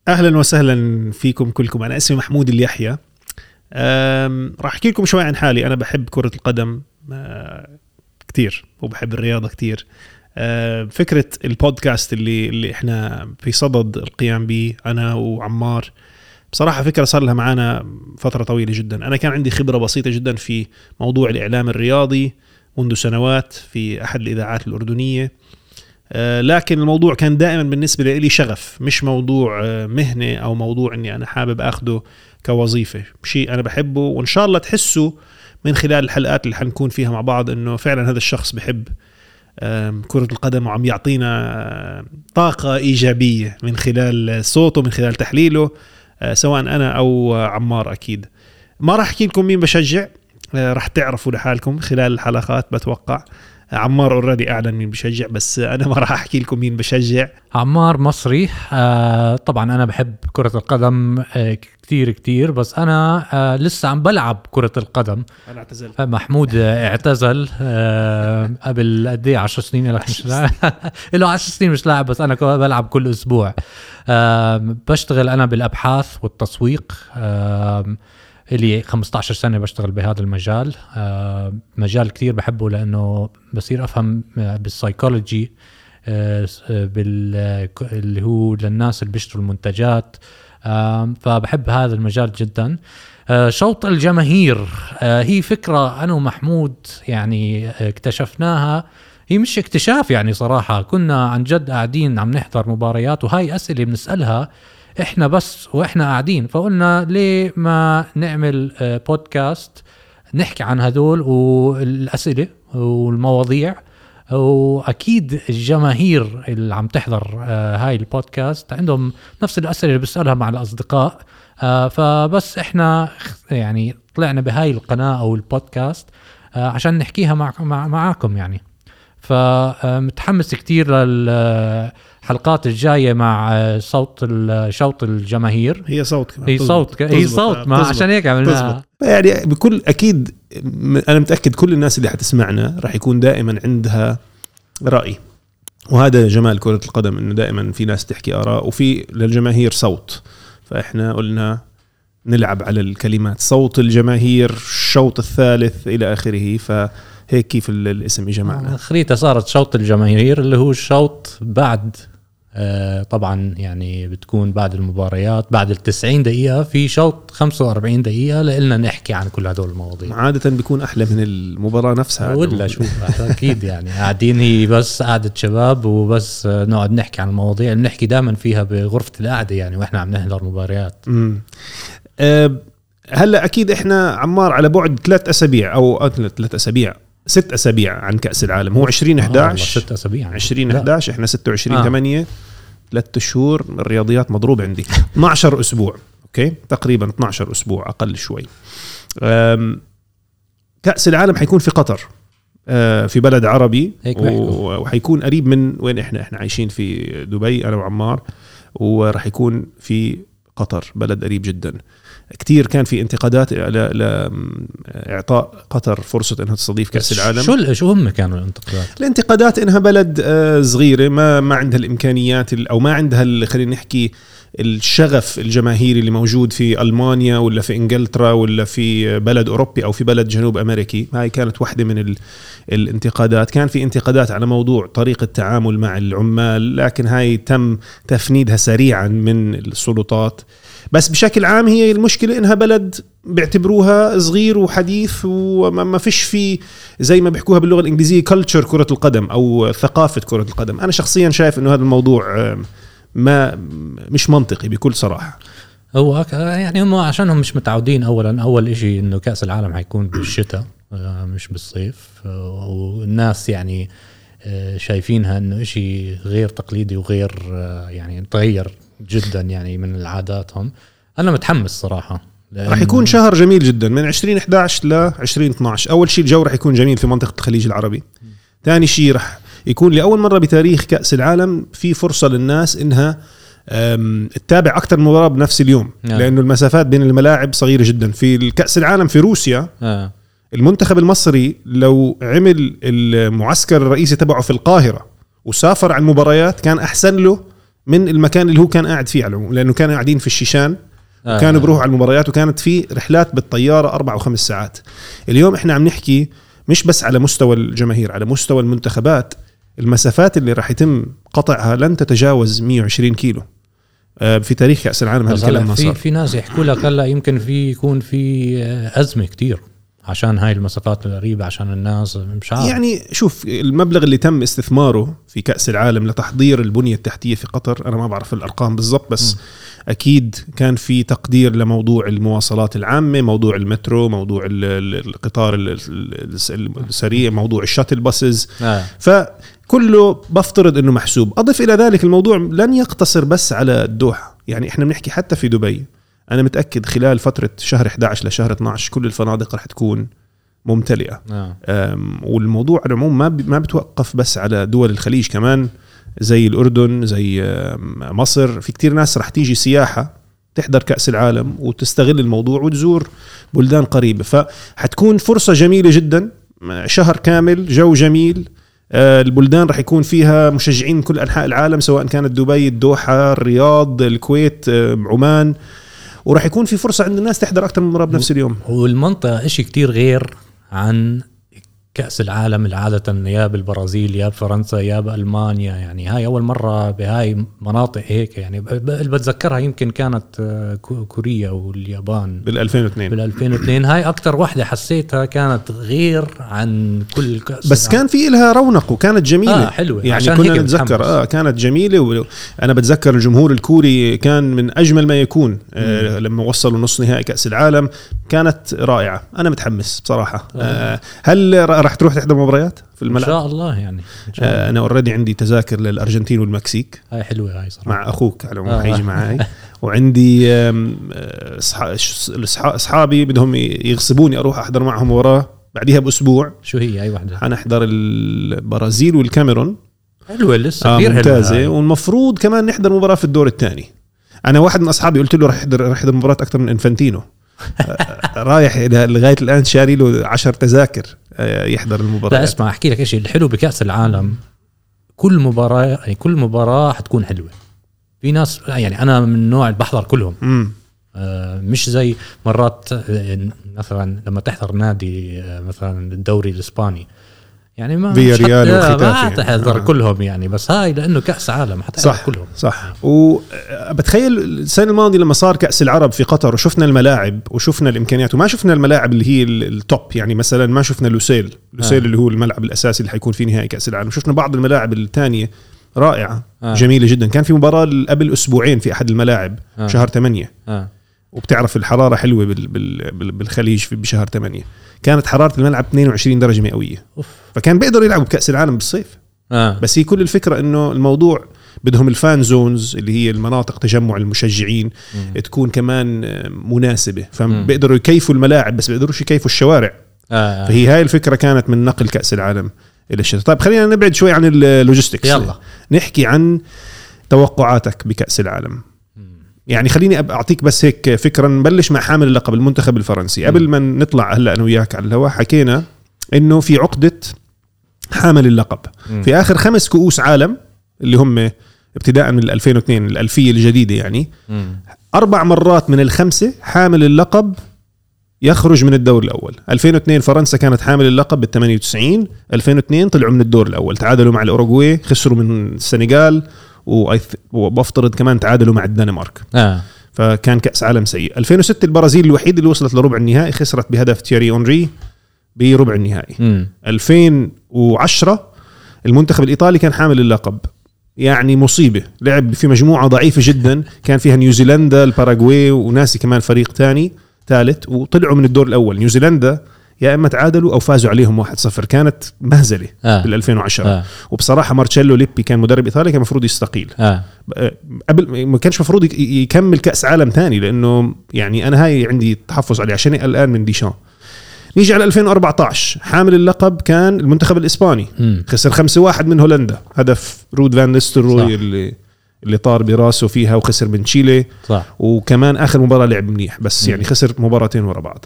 أهلا وسهلا فيكم كلكم. أنا اسمي محمود اليحيى. راح أحكي لكم شوي عن حالي. أنا بحب كرة القدم كتير وبحب الرياضة كتير. فكرة البودكاست اللي إحنا في صدد القيام به أنا وعمار، بصراحة فكرة صار لها معانا فترة طويلة جدا. أنا كان عندي خبرة بسيطة جدا في موضوع الإعلام الرياضي منذ سنوات في أحد الإذاعات الأردنية، لكن الموضوع كان دائما بالنسبة لي شغف، مش موضوع مهنة أو موضوع أني أنا حابب أخده كوظيفة. شيء أنا بحبه، وإن شاء الله تحسوا من خلال الحلقات اللي حنكون فيها مع بعض أنه فعلا هذا الشخص بحب كرة القدم وعم يعطينا طاقة إيجابية من خلال صوته، من خلال تحليله، سواء أنا أو عمار. أكيد ما راح أحكي لكم مين بشجع، راح تعرفوا لحالكم خلال الحلقات. بتوقع عمار اوريدي اعلن مين بشجع، بس انا ما راح احكي لكم مين بشجع. عمار مصري. طبعا انا بحب كرة القدم كتير، بس انا لسه عم بلعب كرة القدم. انا اعتزلت. محمود اعتزل قبل قد ايه 10 سنين لك مش لاعب. له 10 سنين مش لاعب، بس انا بلعب كل اسبوع. بشتغل انا بالابحاث والتسويق، اللي 15 سنة بشتغل بهذا المجال. مجال كتير بحبه لأنه بصير أفهم بالسايكولوجي، اللي هو للناس اللي بيشتروا المنتجات. فبحب هذا المجال جدا. شوط الجماهير هي فكرة أنا ومحمود يعني اكتشفناها. هي مش اكتشاف يعني، صراحة كنا عن جد قاعدين عم نحضر مباريات، وهاي أسئلة بنسألها احنا بس واحنا قاعدين، فقلنا ليه ما نعمل بودكاست نحكي عن هدول والأسئلة والمواضيع. واكيد الجماهير اللي عم تحضر هاي البودكاست عندهم نفس الأسئلة اللي بسألها مع الأصدقاء. فبس احنا يعني طلعنا بهاي القناة او البودكاست عشان نحكيها معاكم يعني. فمتحمس كتير للحلقات الجاية مع شوط الجماهير. هي صوت ما عشان هيك عملناها يعني. بكل أكيد أنا متأكد كل الناس اللي حتسمعنا راح يكون دائما عندها رأي، وهذا جمال كرة القدم، إنه دائما في ناس تحكي آراء وفي للجماهير صوت. فإحنا قلنا نلعب على الكلمات، صوت الجماهير، الشوط الثالث إلى آخره. هيك كيف الاسم يجي معنا. خريطة صارت شوط الجماهير، اللي هو الشوط بعد طبعا يعني بتكون بعد المباريات، بعد 90 دقيقة في شوط 45 دقيقة لإلنا نحكي عن كل هدول المواضيع. عادة بيكون أحلى من المباراة نفسها ولا شو أكيد يعني قاعدين هي بس قعدة شباب وبس نقعد نحكي عن المواضيع اللي نحكي دائما فيها بغرفة القعدة يعني، وإحنا عم نحضر مباريات. هلأ أكيد إحنا عمار على بعد 3 أسابيع أو 3 أسابيع 6 أسابيع عن كأس العالم. هو 2011 6 أسابيع 2011 إحنا 26/8 3 شهور. الرياضيات مضروب عندي 12 أسبوع. أوكي تقريبا 12 أسبوع أقل شوي. كأس العالم حيكون في قطر، في بلد عربي، وحيكون قريب من وين إحنا عايشين في دبي أنا وعمار، ورح يكون في قطر بلد قريب جدا. كتير كان في انتقادات لإعطاء قطر فرصة إنها تستضيف كأس العالم. شو هم كانوا الانتقادات؟ إنها بلد صغيرة ما عندها الإمكانيات أو ما عندها خلينا نحكي الشغف الجماهيري اللي موجود في ألمانيا ولا في إنجلترا ولا في بلد أوروبي أو في بلد جنوب أمريكي. هاي كانت واحدة من الانتقادات. كان في انتقادات على موضوع طريقة التعامل مع العمال، لكن هاي تم تفنيدها سريعا من السلطات. بس بشكل عام هي المشكلة إنها بلد بيعتبروها صغير وحديث، وما فيش فيه زي ما بيحكوها باللغة الإنجليزية culture كرة القدم أو ثقافة كرة القدم. أنا شخصيا شايف إنه هذا الموضوع مش منطقي بكل صراحة. هو يعني هم عشانهم مش متعودين. أول إشي إنه كأس العالم هيكون بالشتاء مش بالصيف، والناس يعني شايفينها إنه إشي غير تقليدي وغير يعني تغير جدا يعني من العاداتهم. أنا متحمس صراحة. راح يكون شهر جميل جدا من 2011 ل 2012. أول شيء الجو راح يكون جميل في منطقة الخليج العربي. ثاني شيء راح يكون لأول مرة بتاريخ كأس العالم في فرصة للناس إنها تتابع أكتر مباراة بنفس اليوم، لأنه المسافات بين الملاعب صغيرة جدا. في الكأس العالم في روسيا المنتخب المصري لو عمل المعسكر الرئيسي تبعه في القاهرة وسافر على المباريات كان أحسن له من المكان اللي هو كان قاعد فيه على العموم، لأنه كانوا قاعدين في الشيشان وكانوا بيروحوا على المباريات، وكانت في رحلات بالطيارة 4 و5 ساعات. اليوم إحنا عم نحكي مش بس على مستوى الجماهير، على مستوى المنتخبات المسافات اللي راح يتم قطعها لن تتجاوز 120 كيلو في تاريخ كأس العالم. هالكلام ما صار. في ناس يحكوا لك هلا يمكن يكون في أزمة كتير عشان هاي المسافات الغريبة، عشان الناس مش عارف. يعني شوف المبلغ اللي تم استثماره في كأس العالم لتحضير البنية التحتية في قطر، أنا ما بعرف الأرقام بالضبط، بس أكيد كان في تقدير لموضوع المواصلات العامة، موضوع المترو، موضوع القطار السريع، موضوع الشاتل باسز. فكله بفترض أنه محسوب. أضف إلى ذلك الموضوع لن يقتصر بس على الدوحة، يعني إحنا بنحكي حتى في دبي. أنا متأكد خلال فترة شهر 11 لشهر 12 كل الفنادق رح تكون ممتلئة. والموضوع على العموم ما بتوقف بس على دول الخليج، كمان زي الأردن، زي مصر، في كتير ناس رح تيجي سياحة تحضر كأس العالم وتستغل الموضوع وتزور بلدان قريبة. فحتكون فرصة جميلة جدا، شهر كامل جو جميل. البلدان رح يكون فيها مشجعين من كل أنحاء العالم، سواء كانت دبي، الدوحة، الرياض، الكويت، عمان، ورح يكون في فرصة عند الناس تحضر أكثر من مرة بنفس اليوم. والمنطقة إشي كتير غير عن كأس العالم العادة، يا بالبرازيل يا بفرنسا يا بألمانيا. يعني هاي أول مرة بهاي مناطق هيك، يعني بتذكرها يمكن كانت كوريا واليابان بال2002. هاي أكتر واحدة حسيتها كانت غير عن كل كأس بس كان في لها رونق وكانت جميلة. حلوة يعني كنا نتذكر كانت جميلة. أنا بتذكر الجمهور الكوري كان من أجمل ما يكون. لما وصلوا نص نهائي كأس العالم كانت رائعة. أنا متحمس بصراحة. هل راح تروح تحضر مباريات في الملعب؟ إن شاء الله يعني إن شاء الله. أنا أوريدي عندي تذاكر للأرجنتين والمكسيك. هاي حلوة هاي صراحة. مع أخوك على العموم حيجي معاي. وعندي أصحابي بدهم يغصبوني أروح أحضر معهم مباراة بعديها بأسبوع. شو هي أي واحدة؟ هنحضر البرازيل والكاميرون. حلوة لسه كثير ممتازة. والمفروض كمان نحضر مباراة في الدور الثاني. أنا واحد من أصحابي قلت له رح أحضر مباراة أكتر من إنفانتينو. رايح لغاية الآن شاري له 10 تذاكر يحضر المباراة. لا اسمع أحكي لك إيش الحلو بكأس العالم، كل مباراة حتكون حلوة. في ناس يعني أنا من النوع اللي بحضر كلهم. مش زي مرات مثلا لما تحضر نادي مثلا الدوري الإسباني، يعني ما حتحضر كلهم يعني. بس هاي لأنه كأس عالم حتحضر كلهم. صح. وبتخيل السنة الماضية لما صار كأس العرب في قطر وشفنا الملاعب وشفنا الإمكانيات، وما شفنا الملاعب اللي هي التوب، يعني مثلا ما شفنا لوسيل اللي هو الملعب الأساسي اللي حيكون فيه نهائي كأس العالم. شفنا بعض الملاعب الثانية رائعة جميلة جدا. كان في مباراة قبل أسبوعين في أحد الملاعب شهر 8. وبتعرف الحرارة حلوة بالخليج بشهر 8 كانت حرارة الملعب 22 درجة مئوية. فكان بيقدروا يلعبوا بكأس العالم بالصيف. بس هي كل الفكرة إنه الموضوع بدهم الفان زونز اللي هي المناطق تجمع المشجعين تكون كمان مناسبة، فبيقدروا يكيفوا الملاعب بس بيقدروش يكيفوا الشوارع. فهي هاي الفكرة كانت من نقل كأس العالم إلى الشتاء. طيب خلينا نبعد شوي عن اللوجيستكس. يلا نحكي عن توقعاتك بكأس العالم. يعني خليني أعطيك بس هيك فكرة. نبلش مع حامل اللقب المنتخب الفرنسي. قبل ما نطلع هلأ أنا وياك على الهواء حكينا إنه في عقدة حامل اللقب في آخر 5 كؤوس عالم اللي هم ابتداء من 2002 الألفية الجديدة، يعني 4 مرات من ال5 حامل اللقب يخرج من الدور الأول. 2002 فرنسا كانت حامل اللقب بال98. 2002 طلعوا من الدور الأول، تعادلوا مع الأوروغواي، خسروا من السنغال، وبفترض كمان تعادلوا مع الدنمارك. فكان كأس عالم سيء. 2006 البرازيل الوحيد اللي وصلت لربع النهائي، خسرت بهدف تييري أونري بربع النهائي. 2010 المنتخب الإيطالي كان حامل اللقب، يعني مصيبة. لعب في مجموعة ضعيفة جدا كان فيها نيوزيلندا، الباراغواي، وناسي كمان فريق تاني ثالث، وطلعوا من الدور الأول. نيوزيلندا يا إما تعادلوا أو فازوا عليهم 1-0. كانت مهزلة بال2010. وبصراحة مارتشيلو ليبي كان مدرب إيطالي، كان مفروض يستقيل. قبل ما كانش مفروض يكمل كأس عالم تاني، لأنه يعني أنا هاي عندي تحفظ عليه عشان الآن من ديشان. نيجي على 2014 حامل اللقب كان المنتخب الإسباني. خسر 5-1 من هولندا، هدف رود فان نيستلروي اللي طار براسه فيها، وخسر من تشيلي. وكمان آخر مباراة لعب منيح، بس يعني خسر مباراتين ورا بعض.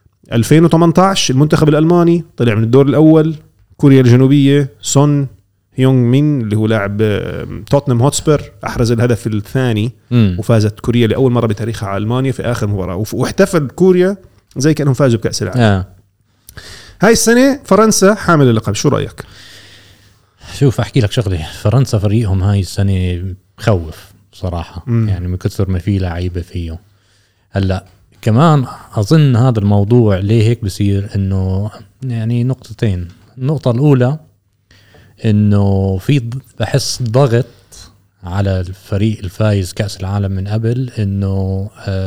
2018 المنتخب الألماني طلع من الدور الأول، كوريا الجنوبية، سون، هيونغ مين اللي هو لاعب توتنهام هوتسبير أحرز الهدف الثاني وفازت كوريا لأول مرة بتاريخها على ألمانيا في آخر مباراة واحتفل كوريا زي كأنهم فازوا بكأس العالم. هاي السنة فرنسا حامل اللقب، شو رأيك؟ شوف أحكي لك شغلة، فرنسا فريقهم هاي السنة خوف صراحة. يعني من كثر ما فيه لعيبة فيه. هلأ كمان أظن هذا الموضوع ليه هيك بصير، إنه يعني نقطتين. النقطة الأولى إنه في بحس ضغط على الفريق الفايز كأس العالم من قبل، إنه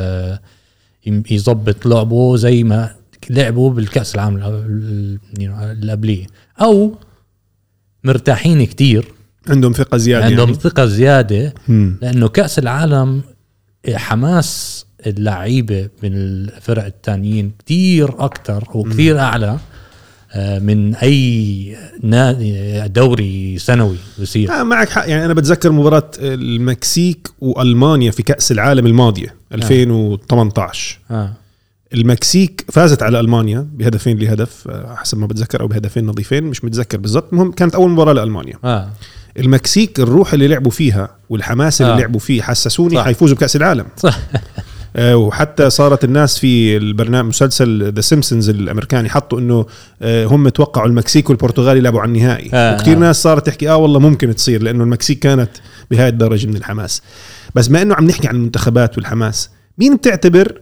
يضبط لعبه زي ما لعبوا بالكأس العالم اللي قبليه، أو مرتاحين كتير، عندهم ثقة زيادة، عندهم ثقة زيادة. لأنه كأس العالم حماس اللعيبة من الفرق التانيين كتير أكتر وكتير أعلى من أي دوري سنوي بصير. معك حق. يعني أنا بتذكر مباراة المكسيك وألمانيا في كأس العالم الماضية 2018. المكسيك فازت على ألمانيا بهدفين لهدف حسب ما بتذكر، أو بهدفين نظيفين، مش متذكر بالضبط. المهم كانت أول مباراة لألمانيا. المكسيك الروح اللي لعبوا فيها والحماس اللي لعبوا فيه حسسوني حيفوزوا بكأس العالم. صح. وحتى صارت الناس في البرنامج مسلسل ذا سيمبسونز الأمريكاني حطوا إنه هم توقعوا المكسيك والبرتغال يلعبوا على النهائي. وكتير ناس صارت تحكي والله ممكن تصير، لأنه المكسيك كانت بهاي الدرجة من الحماس. بس ما إنه عم نحكي عن المنتخبات والحماس، مين بتعتبر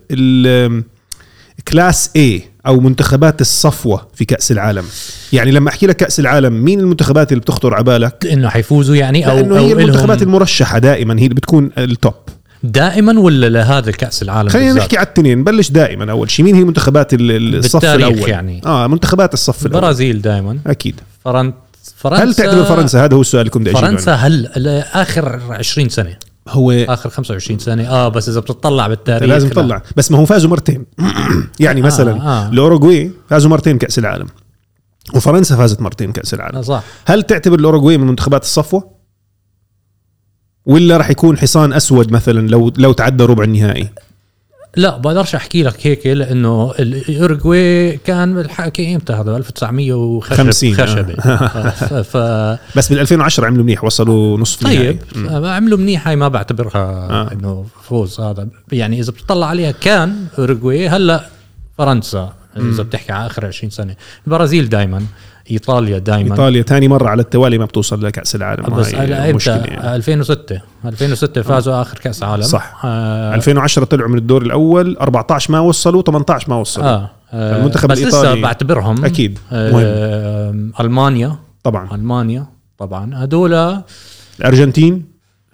كلاس A أو منتخبات الصفوة في كأس العالم؟ يعني لما أحكي لك كأس العالم، مين المنتخبات اللي بتخطر عبالك إنه حيفوزوا يعني؟ أو إنه هي المنتخبات المرشحة دائما، هي اللي بتكون التوب دائما، ولا لهذا كأس العالم؟ خلينا نحكي على التنين. بلش دائما أول شيء، مين هي منتخبات الصف الأول يعني؟ منتخبات الصف الأول. برازيل دائما أكيد. فرنسا. هل تعتبر فرنسا؟ هذا هو السؤال اللي كنت أجيبه. فرنسا هل آخر 20 سنة، هو آخر 25 سنة بس إذا بتطلع بالتاريخ لازم تطلع. بس ما هو فازوا مرتين. يعني مثلا الأوروغواي فازوا مرتين كأس العالم، وفرنسا فازت مرتين كأس العالم. صح. هل تعتبر الأوروغواي من منتخبات الصفوة، ولا راح يكون حصان أسود مثلا لو تعدى ربع النهائي؟ لا بقدرش أحكي لك هيك، لأنه الأوروغواي كان بالحكي إمتى هذا 1950 خشبة. بس بال2010 عملوا منيح، وصلوا نصف نهائي. طيب عملوا منيح، هاي ما بعتبرها إنه فوز هذا. يعني إذا بتطلع عليها كان أوروغواي. هلا فرنسا إذا بتحكي على آخر 20 سنة، البرازيل دايما، إيطاليا دايما. إيطاليا تاني مرة على التوالي ما بتوصل لكأس العالم. بس يعني. 2006 فازوا آخر كأس عالم. صح. 2010 طلعوا من الدور الأول، 14 ما وصلوا، 18 ما وصلوا. المنتخب بس الإيطالي لسه بعتبرهم أكيد مهم. ألمانيا طبعا هدول. الأرجنتين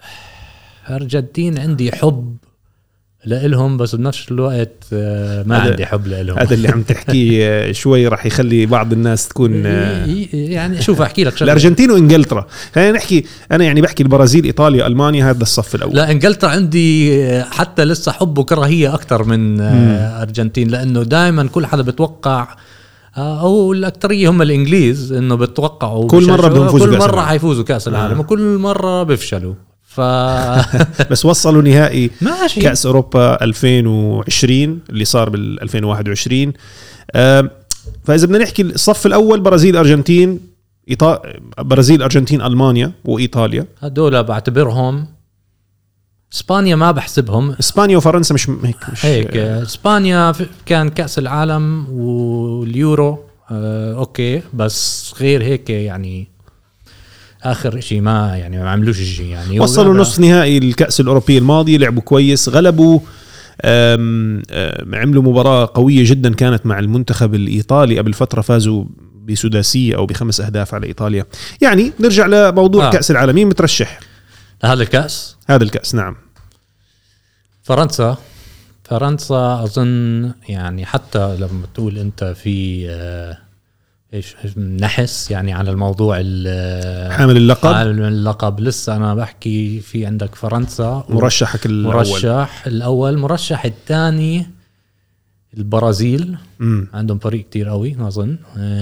عندي حب لإلهم، بس بنفس الوقت ما عندي حب لإلهم. هذا اللي عم تحكيه شوي راح يخلي بعض الناس تكون يعني شوف أحكي لك الأرجنتين وإنجلترا. خلينا نحكي، أنا يعني بحكي البرازيل، إيطاليا، ألمانيا، هذا الصف الأول. لا إنجلترا عندي حتى لسه حب وكراهية أكتر من أرجنتين، لأنه دائما كل حدا بتوقع، أو الأكترية هم الإنجليز، إنه بتوقعوا كل مرة حيفوزوا كأس العالم وكل مرة بيفشلوا. بس وصلوا نهائي كأس أوروبا 2020 اللي صار بال2021. فإذا بدنا نحكي الصف الأول، برازيل، أرجنتين، برازيل، أرجنتين، ألمانيا وإيطاليا. هدول بعتبرهم. إسبانيا ما بحسبهم. إسبانيا وفرنسا مش هيك. إسبانيا كان كأس العالم واليورو أوكي، بس غير هيك يعني آخر شيء ما عملوش شيء. يعني وصلوا نصف نهائي الكأس الأوروبي الماضي، لعبوا كويس، غلبوا، عملوا مباراة قوية جدا كانت مع المنتخب الإيطالي قبل فترة، فازوا بسداسية أو ب5 أهداف على إيطاليا. يعني نرجع لموضوع كأس العالم، مين مترشح هذا الكأس؟ نعم. فرنسا أظن. يعني حتى لما تقول أنت في ايش نحس يعني على الموضوع حامل اللقب لسه انا بحكي في عندك فرنسا مرشح الاول، مرشح الثاني البرازيل. عندهم فريق كتير قوي اظن.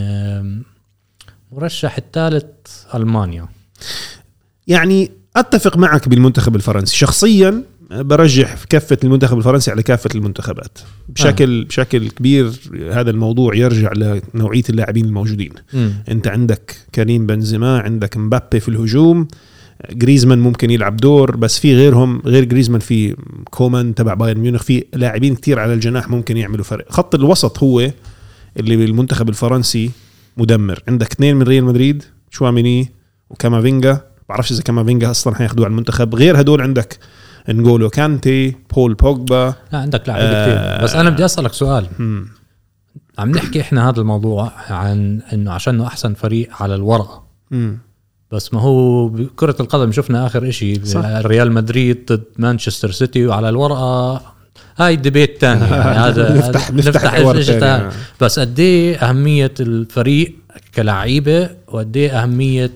مرشح الثالث المانيا. يعني اتفق معك بالمنتخب الفرنسي شخصيا. برجح في كافة المنتخب الفرنسي على كافة المنتخبات بشكل كبير. هذا الموضوع يرجع لنوعية اللاعبين الموجودين. انت عندك كريم بنزيما، عندك مبابي في الهجوم، غريزمان ممكن يلعب دور، بس في غيرهم غير غريزمان، في كومان تبع بايرن ميونخ، في لاعبين كتير على الجناح ممكن يعملوا فرق. خط الوسط هو اللي بالمنتخب الفرنسي مدمر. عندك 2 من ريال مدريد، شواميني وكامافينجا، بعرفش إذا كامافينجا أصلا هياخدوه على المنتخب. غير هدول عندك نغولو كانتي، بول بوجبا، عندك لاعبين كتير. بس أنا بدي أسألك سؤال. عم نحكي إحنا هذا الموضوع عن إنه عشانه أحسن فريق على الورقة، بس ما هو بكرة القدم شفنا آخر إشي ريال مدريد ضد مانشستر سيتي، وعلى الورقة هاي ديبيت تاني يعني هذا نفتح تاني. بس قد ايه أهمية الفريق كلاعيبة، وقد ايه أهمية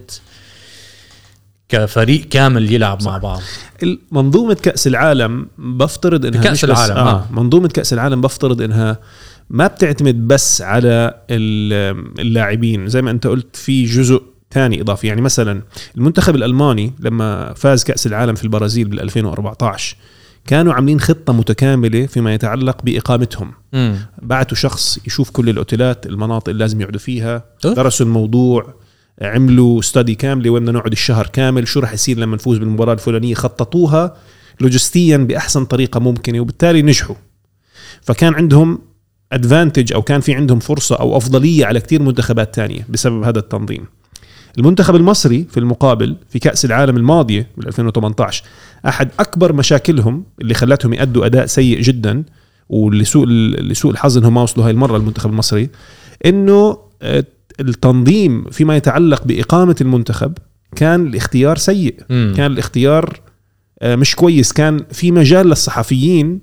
كفريق كامل يلعب مع بعض. منظومة كأس العالم بفترض إنها كأس العالم منظومة كأس العالم بفترض إنها ما بتعتمد بس على اللاعبين، زي ما أنت قلت في جزء ثاني إضافي. يعني مثلا المنتخب الألماني لما فاز كأس العالم في البرازيل بال2014 كانوا عاملين خطة متكاملة فيما يتعلق بإقامتهم. بعتوا شخص يشوف كل الأوتيلات، المناطق اللي لازم يقعدوا فيها، درسوا الموضوع، عملوا ستادي كاملة وين بدنا نقعد الشهر كامل، شو رح يصير لما نفوز بالمباراة الفلانية، خططوها لوجستيا بأحسن طريقة ممكنة، وبالتالي نجحوا. فكان عندهم أدفانتج، أو كان في عندهم فرصة أو أفضلية على كتير منتخبات تانية بسبب هذا التنظيم. المنتخب المصري في المقابل في كأس العالم الماضية بال2018 أحد أكبر مشاكلهم اللي خلتهم يأدوا أداء سيء جدا، ولسوء الحظ إنهم ما وصلوا هاي المرة المنتخب المصري، إنه التنظيم فيما يتعلق بإقامة المنتخب كان الاختيار سيء. كان الاختيار مش كويس. كان في مجال للصحفيين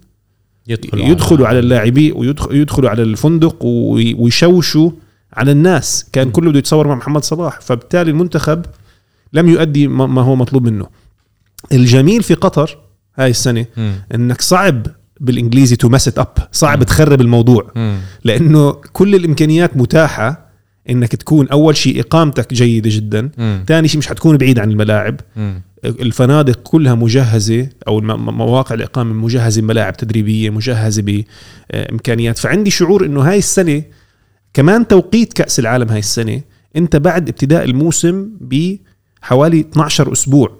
يدخلوا على اللاعبين ويدخلوا على الفندق ويشوشوا على الناس. كان كله بده يتصور مع محمد صلاح، فبالتالي المنتخب لم يؤدي ما هو مطلوب منه. الجميل في قطر هاي السنة انك صعب بالانجليزي to mess it up، صعب تخرب الموضوع، لانه كل الامكانيات متاحة انك تكون اول شيء اقامتك جيدة جدا، ثاني شيء مش حتكون بعيد عن الملاعب، الفنادق كلها مجهزة، او مواقع الاقامة مجهزة بملاعب تدريبية، مجهزة بامكانيات. فعندي شعور انه هاي السنة كمان توقيت كأس العالم هاي السنة انت بعد ابتداء الموسم بحوالي 12 أسبوع.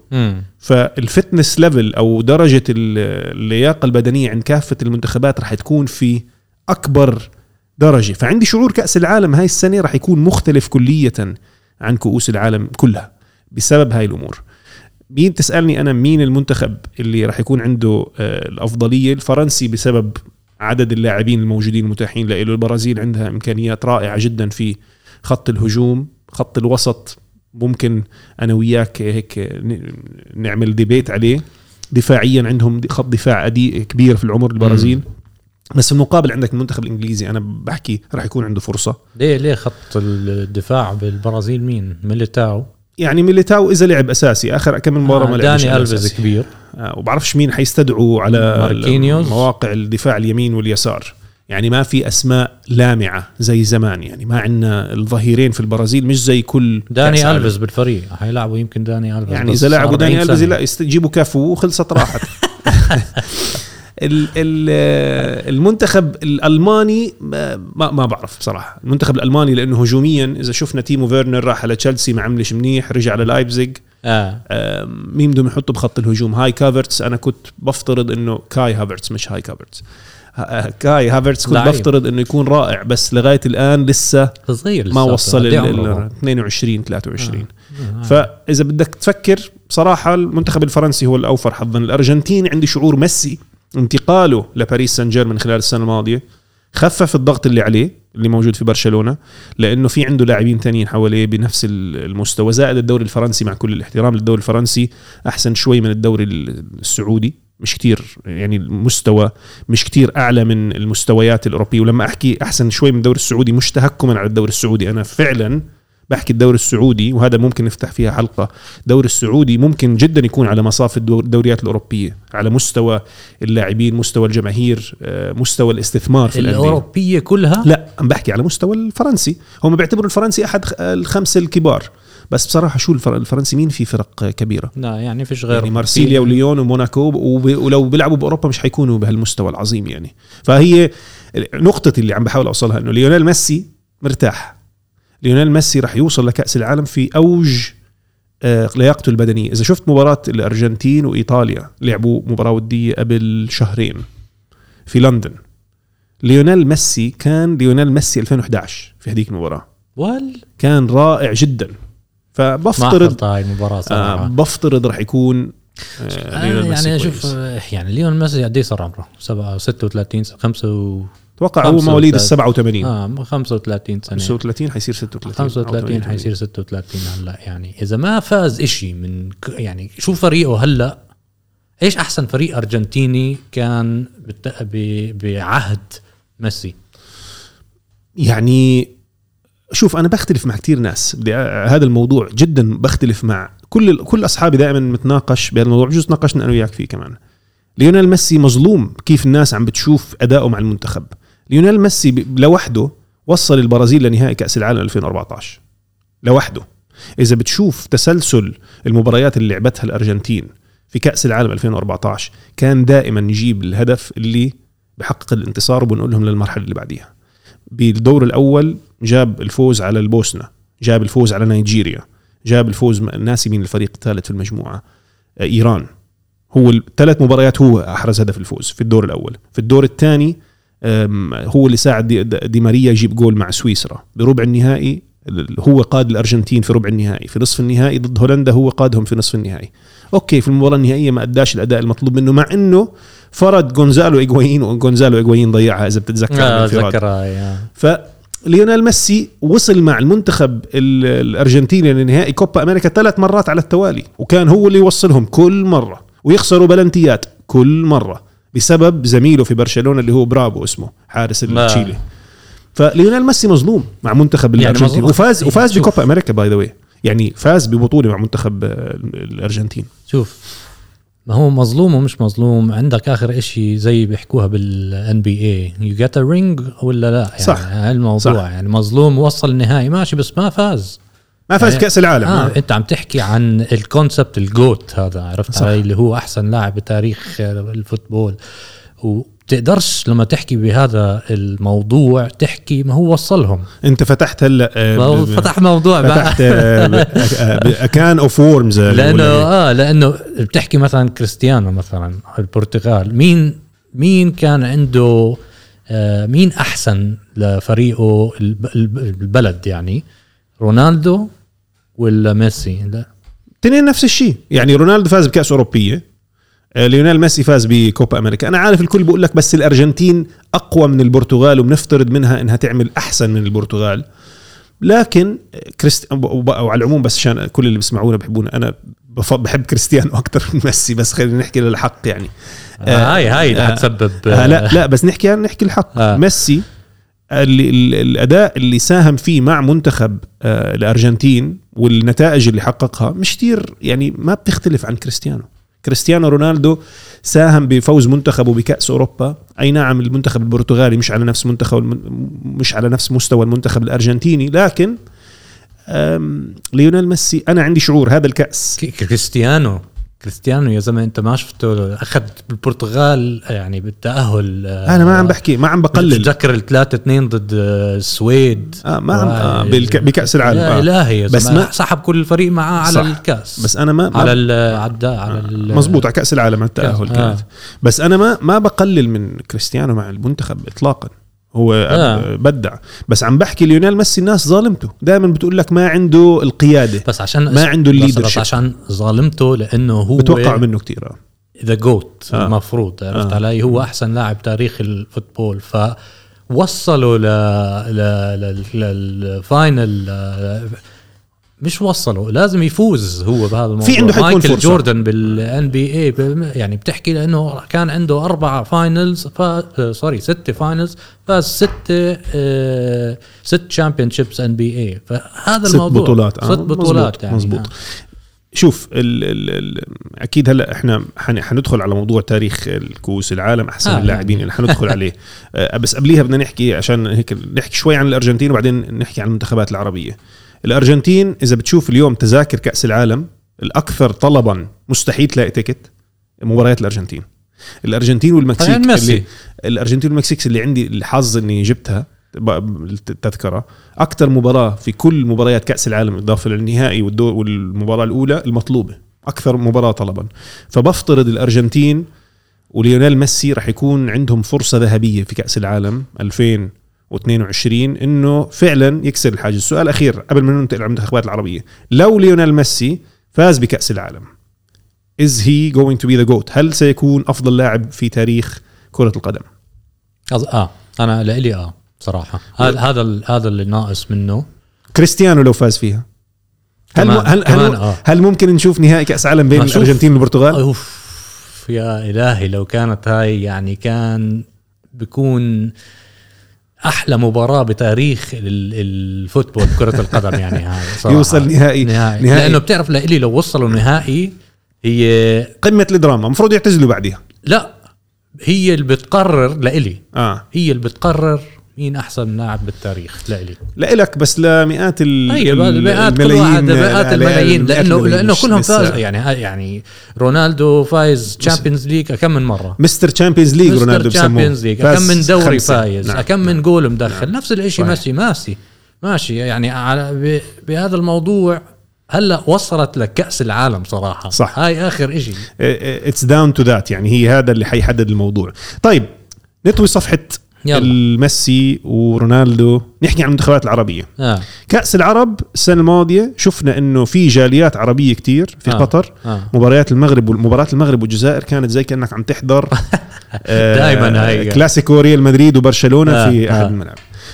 فالفتنس ليفل أو درجة اللياقة البدنية عند كافة المنتخبات رح تكون في أكبر درجة. فعندي شعور كأس العالم هاي السنة رح يكون مختلف كلية عن كؤوس العالم كلها بسبب هاي الأمور. مين تسألني أنا مين المنتخب اللي رح يكون عنده الأفضلية؟ الفرنسي بسبب عدد اللاعبين الموجودين المتاحين له. البرازيل عندها إمكانيات رائعة جدا في خط الهجوم. خط الوسط ممكن أنا وياك هيك نعمل ديبيت عليه. دفاعيا عندهم خط دفاع أدي كبير في العمر البرازيل. بس في المقابل عندك المنتخب الإنجليزي أنا بحكي راح يكون عنده فرصة. ليه خط الدفاع بالبرازيل مين؟ ميليتاو. يعني ميليتاو إذا لعب أساسي آخر كم مباراة ما لعبش. داني ألفيز كبير. وبعرفش مين حيستدعوا على مواقع الدفاع اليمين واليسار. يعني ما في أسماء لامعة زي زمان. يعني ما عندنا الظهيرين في البرازيل مش زي كل داني ألفيز بالفريق هيلعبوا يمكن داني ألفيز. يعني إذا لعبوا داني ألفيز لا يجيبوا كافو وخلصت راحت. المنتخب الألماني ما بعرف بصراحة. المنتخب الألماني لأنه هجوميا إذا شفنا تيمو فيرنر راح على تشيلسي ما عملش منيح، رجع على لايبزيغ. مين بدهم يحطوا بخط الهجوم؟ هاي كافرتس. أنا كنت بفترض إنه كاي هافرتس مش هاي كافرتس. كاي هافرتس كنت بفترض إنه يكون رائع، بس لغاية الآن لسه صغير، ما وصل 22-23. فإذا بدك تفكر بصراحة المنتخب الفرنسي هو الأوفر حظا. الأرجنتين عندي شعور ميسي انتقاله لباريس سان جيرمان خلال السنة الماضية خفف الضغط اللي عليه اللي موجود في برشلونة، لأنه في عنده لاعبين تانيين حواليه بنفس المستوى. زائد الدوري الفرنسي مع كل الاحترام للدوري الفرنسي أحسن شوي من الدوري السعودي، مش كتير يعني المستوى مش كتير أعلى من المستويات الأوروبية. ولما أحكي أحسن شوي من الدوري السعودي مش تهكما على الدوري السعودي، أنا فعلا بحكي الدوري السعودي، وهذا ممكن نفتح فيها حلقة. الدوري السعودي ممكن جدا يكون على مصاف الدوريات الأوروبية على مستوى اللاعبين، مستوى الجماهير، مستوى الاستثمار في الأوروبية كلها. لا، أنا بحكي على مستوى الفرنسي. هم بيعتبروا الفرنسي أحد الخمسة الكبار، بس بصراحه شو الفرنسي مين في فرق كبيره؟ لا يعني فيش غير يعني مارسيليا وليون وموناكو ولو بيلعبوا باوروبا مش حيكونوا بهالمستوى العظيم يعني. فهي نقطتي اللي عم بحاول اوصلها انه ليونيل ميسي مرتاح. ليونيل ميسي راح يوصل لكأس العالم في اوج لياقته البدنيه. اذا شفت مباراه الارجنتين وايطاليا لعبوا مباراه وديه قبل شهرين في لندن، ليونيل ميسي كان ليونيل ميسي 2011 في هذيك المباراه كان رائع جدا. فبفترض بفترض راح يكون يعني اشوف يعني ليون ميسي قد ايه صار عمره 36 5 توقع هو مواليد 87 35 سنه 35 حيصير 36 35 حيصير 36 هلا. يعني اذا ما فاز إشي من يعني شو فريقه هلا، ايش احسن فريق ارجنتيني كان بعهد ميسي؟ يعني شوف انا بختلف مع كتير ناس هذا الموضوع جدا، بختلف مع كل اصحابي دائما متناقش بهذا الموضوع، بجوز ناقشنا انا وياك فيه كمان. ليونيل ميسي مظلوم كيف الناس عم بتشوف اداؤه مع المنتخب. ليونيل ميسي لوحده وصل البرازيل لنهائي كأس العالم 2014 لوحده. اذا بتشوف تسلسل المباريات اللي لعبتها الارجنتين في كأس العالم 2014 كان دائما يجيب الهدف اللي بحقق الانتصار وبنقول لهم للمرحله اللي بعديها. بالدور الاول جاب الفوز على البوسنة، جاب الفوز على نيجيريا، جاب الفوز ناسي من الفريق الثالث في المجموعة إيران. هو الثلاث مباريات هو أحرز هدف الفوز في الدور الأول. في الدور الثاني هو اللي ساعد دي ماريا يجيب جول مع سويسرا بربع النهائي. هو قاد الأرجنتين في ربع النهائي. في نصف النهائي ضد هولندا هو قادهم في نصف النهائي. أوكي في المباراة النهائية ما أداش الأداء المطلوب منه، مع إنه فرد غونزالو إيغوين ضيعها إذا بتتذكر. ليونيل ميسي وصل مع المنتخب الأرجنتيني لنهائي كوبا أمريكا 3 مرات على التوالي، وكان هو اللي يوصلهم كل مرة ويخسروا بلنتيات كل مرة بسبب زميله في برشلونة اللي هو برافو اسمه حارس التشيلي. فليونيل ميسي مظلوم مع منتخب الأرجنتين وفاز بكوبا أمريكا باي ذا واي، يعني فاز ببطولة مع منتخب الأرجنتين. شوف ما هو مظلوم ومش مظلوم، عندك آخر إشي زي بيحكوها بالNBA you get a ring ولا لا يعني. صح. الموضوع صح. يعني مظلوم وصل النهائي ماشي بس ما فاز يعني كأس العالم. انت عم تحكي عن الكونسبت الجوت هذا، عرفت علي، اللي هو أحسن لاعب بتاريخ الفوتبول. وتقدرش لما تحكي بهذا الموضوع تحكي ما هو وصلهم. انت فتحت هلا فتح موضوع فتحت كان اوف وورمز لانه بتحكي مثلا كريستيانو مثلا البرتغال، مين كان عنده مين احسن لفريقه البلد يعني، رونالدو ولا ميسي؟ لا تنين نفس الشيء يعني. رونالدو فاز بكأس أوروبية، ليونيل ميسي فاز بكوبا أمريكا. أنا عارف الكل بيقول لك بس الأرجنتين أقوى من البرتغال وبنفترض منها إنها تعمل أحسن من البرتغال، لكن وعلى العموم بس عشان كل اللي بيسمعونا بحبونا، أنا بحب كريستيانو أكتر من ميسي، بس خلينا نحكي للحق يعني. هاي هتسبب لا بس نحكي الحق. ميسي الأداء اللي ساهم فيه مع منتخب الأرجنتين والنتائج اللي حققها مش كتير يعني، ما بتختلف عن كريستيانو رونالدو ساهم بفوز منتخبه بكأس أوروبا. أي نعم المنتخب البرتغالي مش على نفس مستوى المنتخب الأرجنتيني، لكن ليونيل ميسي أنا عندي شعور هذا الكأس كريستيانو يا زلمه انت ما شفته اخذ بالبرتغال يعني بالتاهل. انا ما عم بحكي ما عم بقلل، تذكر 3-2 ضد السويد ما عم بكاس العالم. الهي بس ما سحب كل الفريق معاه على الكاس. بس انا ما على العداء على مزبوط على كاس العالم التاهل كانت. بس انا ما بقلل من كريستيانو مع المنتخب اطلاقا، هو بدع. بس عم بحكي ليونيل ميسي الناس ظالمته دائما، بتقول لك ما عنده القيادة، بس عشان ما عنده الليدرشيب، بس عشان ظالمته لأنه هو بتوقع منه كتير ذا جوت المفروض، عرفت علي، هو أحسن لاعب تاريخ الفوتبول. فوصلوا للفاينل، مش وصلوا، لازم يفوز هو بهذا الموضوع. في عنده مايكل جوردن بالNBA يعني بتحكي لأنه كان عنده 4 فاينلز 6 فاينلز، فاز 6 تشامبيونشيبس NBA. فهذا الموضوع 6 بطولات يعني. مزبوط. شوف اكيد هلا احنا حندخل على موضوع تاريخ الكؤوس العالم احسن اللاعبين اللي حندخل عليه. بس قبليها بدنا نحكي عشان هيك نحكي شوي عن الارجنتين وبعدين نحكي عن المنتخبات العربيه. الأرجنتين إذا بتشوف اليوم تذاكر كأس العالم الأكثر طلبا مستحيل تلاقي تيكت مباريات الأرجنتين والمكسيك الأرجنتين والمكسيك اللي عندي الحظ إني جبتها التذكرة أكتر مباراة في كل مباريات كأس العالم إضافة للنهائي والمباراة الأولى المطلوبة أكثر مباراة طلبا. فبفترض الأرجنتين وليونيل ميسي رح يكون عندهم فرصة ذهبية في كأس العالم 2022 إنه فعلا يكسر الحاجز. السؤال الأخير قبل ما ننتقل على المنتخبات العربية، لو ليونيل ميسي فاز بكأس العالم is he going to be the GOAT؟ هل سيكون أفضل لاعب في تاريخ كرة القدم؟ أنا لإلي صراحة هذا اللي ناقص منه. كريستيانو لو فاز فيها هل ممكن نشوف نهائي كأس عالم بين الأرجنتين والبرتغال؟ يا إلهي لو كانت هاي يعني كان بيكون أحلى مباراة بتاريخ الفوتبول كرة القدم يعني هاي صراحة. يوصل نهائي. لأنه بتعرف لإلي لو وصلوا نهائي هي قمة الدراما، مفروض يعتزلوا بعدها. لا هي اللي بتقرر لإلي هي اللي بتقرر مين أحسن لاعب بالتاريخ لإلك بس لمئات الملايين لأنه كلهم فاز يعني رونالدو فايز تشامبيونز ليج كم من مرة، مستر تشامبيونز ليج رونالدو بسموه، كم من دوري فايز، كم من جول مدخل. نفس الاشي ماشي يعني بهذا الموضوع. هلا وصلت لك كأس العالم صراحة صح. هاي آخر إشي it's down to that يعني هي هذا اللي حيحدد الموضوع. طيب نطوي صفحة الميسي ورونالدو، نحكي عن المنتخبات العربية. كأس العرب السنة الماضية شفنا إنه في جاليات عربية كتير في قطر. مباريات المغرب والجزائر كانت زي كأنك عم تحضر دائما هاي كلاسيكو ريال مدريد وبرشلونة في أحد الملعب.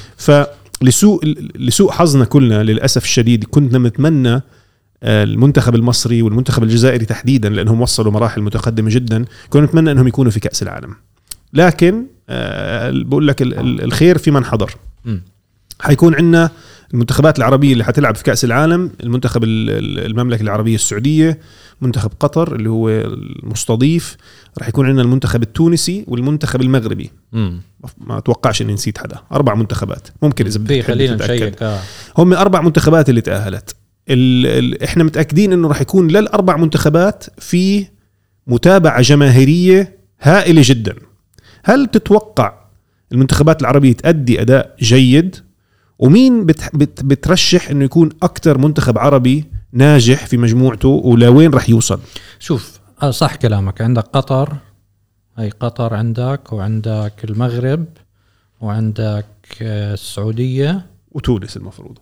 لسوء حظنا كلنا للأسف الشديد كنا نتمنى المنتخب المصري والمنتخب الجزائري تحديدا لأنهم وصلوا مراحل متقدمة جدا، كنا نتمنى أنهم يكونوا في كأس العالم. لكن بقول لك الخير في من حضر. حيكون عندنا المنتخبات العربية اللي حتلعب في كأس العالم، المنتخب المملكة العربية السعودية، منتخب قطر اللي هو المستضيف، رح يكون عندنا المنتخب التونسي والمنتخب المغربي. ما أتوقعش إني نسيت حدا. 4 منتخبات ممكن إذا خلينا نشيك. هم 4 منتخبات اللي تأهلت. إحنا متأكدين إنه رح يكون لل4 منتخبات في متابعة جماهيرية هائلة جدا. هل تتوقع المنتخبات العربية تأدي أداء جيد؟ ومين بترشح إنه يكون أكتر منتخب عربي ناجح في مجموعته ولوين رح يوصل؟ شوف صح كلامك، عندك قطر، هي قطر عندك، وعندك المغرب، وعندك السعودية وتونس. المفروض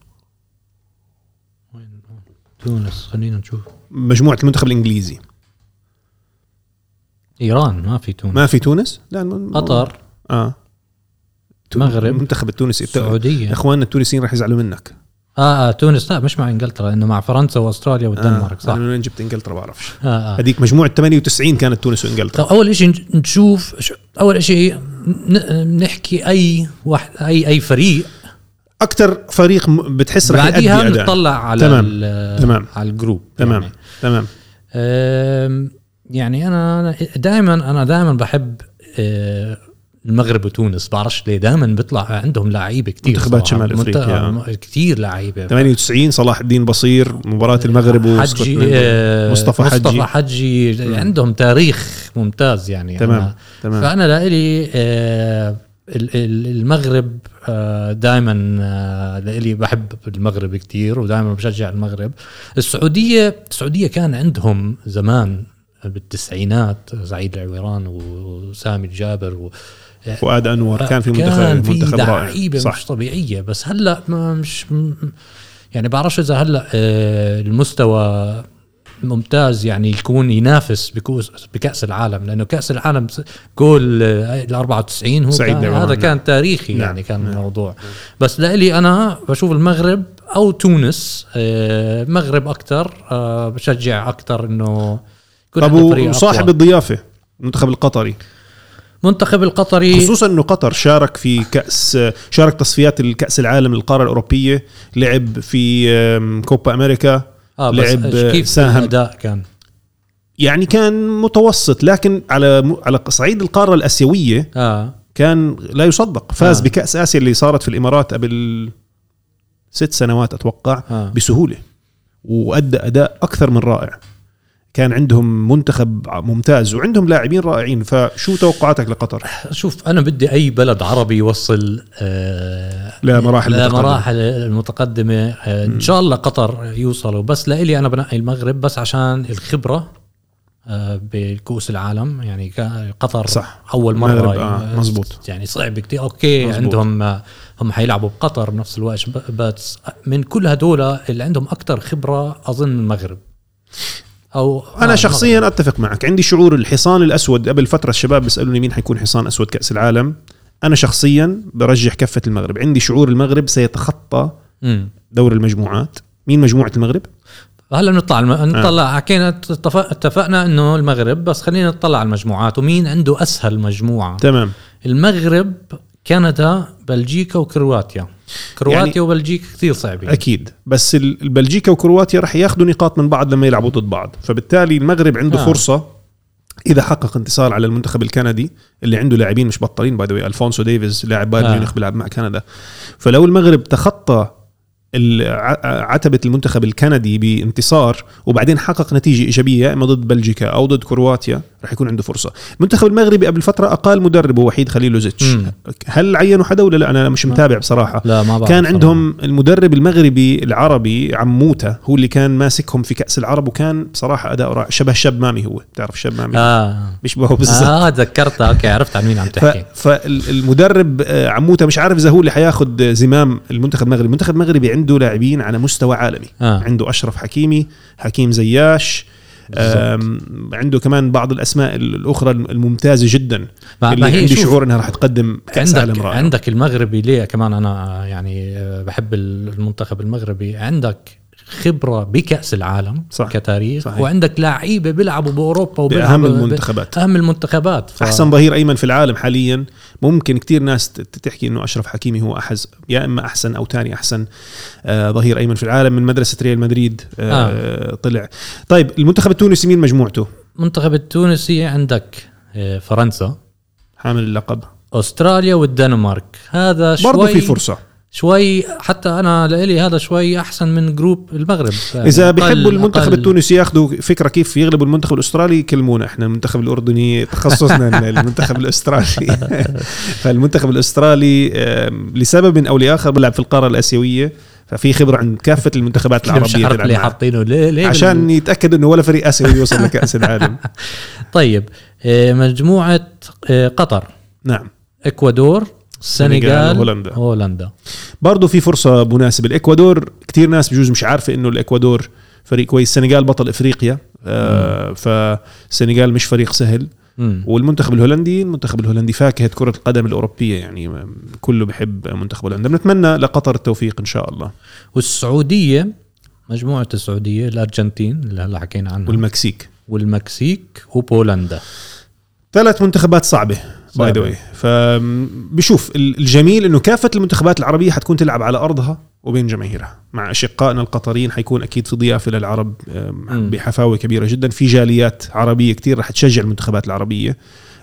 تونس خلينا نشوف مجموعة المنتخب الإنجليزي. إيران ما في تونس لا قطر المغرب المنتخب التونسي. السعودية. اخواننا التونسيين راح يزعلوا منك. تونس لا مش مع انجلترا، انه مع فرنسا واستراليا والدنمارك. صح. انا جبت انجلترا بعرفش. هذيك مجموعة 98 كانت تونس وانجلترا. اول شيء نشوف، اول شيء نحكي اي فريق اكثر فريق بتحس راح يأدي اداء. بعديها نطلع على تمام. على الجروب. تمام. يعني انا دائما بحب المغرب وتونس، بعرفش ليه دائما بيطلع عندهم لعيبه كتير. منتخبات شمال افريقيا كتير لعيبه. 98 صلاح الدين بصير، مباراه المغرب مصطفى حجي عندهم تاريخ ممتاز يعني. تمام. فانا لإلي المغرب دائما لإلي بحب المغرب كتير ودائما بشجع المغرب. السعوديه كان عندهم زمان بالتسعينات سعيد العويران وسامي الجابر فؤاد أنور، كان في منتخب لعيبه مش طبيعيه. بس هلا مش يعني بعرفش اذا هلا المستوى ممتاز يعني يكون ينافس بكأس العالم، لانه كأس العالم جول 94 هو هذا كان تاريخي. يعني كان الموضوع. بس لإلي انا بشوف المغرب او تونس، المغرب اكتر بشجع اكتر انه صاحب الضيافة المنتخب القطري خصوصا انه قطر شارك في شارك تصفيات الكأس العالم للقارة الأوروبية، لعب في كوبا أمريكا، لعب ساهم. الأداء كان متوسط، لكن على صعيد القارة الآسيوية كان لا يصدق. فاز بكأس آسيا اللي صارت في الإمارات قبل 6 سنوات أتوقع بسهولة، وأدى أداء أكثر من رائع. كان عندهم منتخب ممتاز وعندهم لاعبين رائعين. فشو توقعاتك لقطر؟ شوف أنا بدي أي بلد عربي يوصل لمراحل المتقدمة. إن شاء الله قطر يوصلوا، بس لإلي أنا بنقي المغرب بس عشان الخبرة بكؤوس العالم. يعني قطر صح. أول مرة مزبوط، يعني صعب كتير. أوكي مزبوط. عندهم هم حيلعبوا بقطر بنفس الوقت، بس من كل هدول اللي عندهم أكتر خبرة أظن المغرب. أو أنا شخصيا المغرب. أتفق معك. عندي شعور الحصان الأسود. قبل فترة الشباب بيسألوني مين حيكون حصان أسود كأس العالم. أنا شخصيا برجح كفة المغرب. عندي شعور المغرب سيتخطى دور المجموعات. مين مجموعة المغرب؟ هلا نطلع حكينا اتفقنا انه المغرب، بس خلينا نطلع على المجموعات ومين عنده اسهل مجموعه. تمام. المغرب، كندا، بلجيكا وكرواتيا. يعني وبلجيكا كثير صعبين اكيد، بس البلجيكا وكرواتيا رح ياخذوا نقاط من بعض لما يلعبوا ضد بعض. فبالتالي المغرب عنده فرصه اذا حقق انتصار على المنتخب الكندي اللي عنده لاعبين مش بطلين. باي ذا واي الفونسو ديفيز لاعب بايرن ميونخ بيلعب مع كندا. فلو المغرب تخطى عتبة المنتخب الكندي بانتصار وبعدين حقق نتيجة إيجابية إما ضد بلجيكا أو ضد كرواتيا، رح يكون عنده فرصة. المنتخب المغربي قبل فترة أقال مدرب وحيد خليلوزيتش. هل عينوا حدا ولا لا؟ أنا مش متابع بصراحة. لا ما كان عندهم المدرب المغربي العربي عموتة، هو اللي كان ماسكهم في كأس العرب، وكان بصراحة أداء رائع. شبه شاب مامي. هو تعرف شاب مامي؟ بيشبهه بالضبط. تذكرتها. أوكي عرفت عن مين عم تحكي. فالمدرب عموتة مش عارف إذا هو اللي حياخد زمام المنتخب المغربي. المنتخب المغربي عنده لاعبين على مستوى عالمي. عنده أشرف حكيمي، حكيم زياش، عنده كمان بعض الأسماء الأخرى الممتازة جدا اللي عندي شعور أنها راح تقدم كأس عالم رائع. عندك المغربي ليه كمان أنا يعني بحب المنتخب المغربي. عندك خبرة بكأس العالم صح. كتاريخ صحيح. وعندك لاعيبة بيلعبوا بأوروبا وبيلعبوا أهم المنتخبات أحسن ظهير أيمن في العالم حاليا. ممكن كتير ناس تحكي إنه أشرف حكيمي هو يا إما أحسن أو تاني أحسن ظهير أيمن في العالم من مدرسة ريال مدريد. طلع. طيب المنتخب التونسي مين مجموعته؟ المنتخب التونسي عندك فرنسا حامل اللقب، أستراليا والدنمارك. هذا برضو في فرصة شوي، حتى أنا لإلي هذا شوي أحسن من جروب المغرب. إذا بيحبوا المنتخب التونسي ياخدوا فكرة كيف يغلبوا المنتخب الأسترالي كلمونا. إحنا المنتخب الأردني تخصصنا المنتخب الأسترالي. فالمنتخب الأسترالي لسبب أو لآخر بيلعب في القارة الآسيوية، ففي خبرة عند كافة المنتخبات العربية. ليه حاطينه ليه عشان يتأكد إنه ولا فريق آسيوي يوصل لكأس العالم. طيب مجموعة قطر، نعم، إكوادور، السنغال، هولندا. برضو في فرصة مناسبة. الإكوادور كتير ناس بجوز مش عارفة إنه الإكوادور فريق كويس. السنغال بطل إفريقيا، فالسنغال مش فريق سهل. والمنتخب الهولندي فاكهة كرة القدم الأوروبية، يعني كله بيحب منتخب هولندا. بنتمنى لقطر التوفيق إن شاء الله. والسعودية، مجموعة السعودية، الأرجنتين اللي هلا حكينا عنها، والمكسيك وبولندا. 3 منتخبات صعبة باي ذا واي. فبشوف الجميل انه كافة المنتخبات العربية حتكون تلعب على ارضها وبين جماهيرها. مع اشقائنا القطريين حيكون اكيد في ضيافة للعرب بحفاوة كبيرة جدا. في جاليات عربية كتير رح تشجع المنتخبات العربية.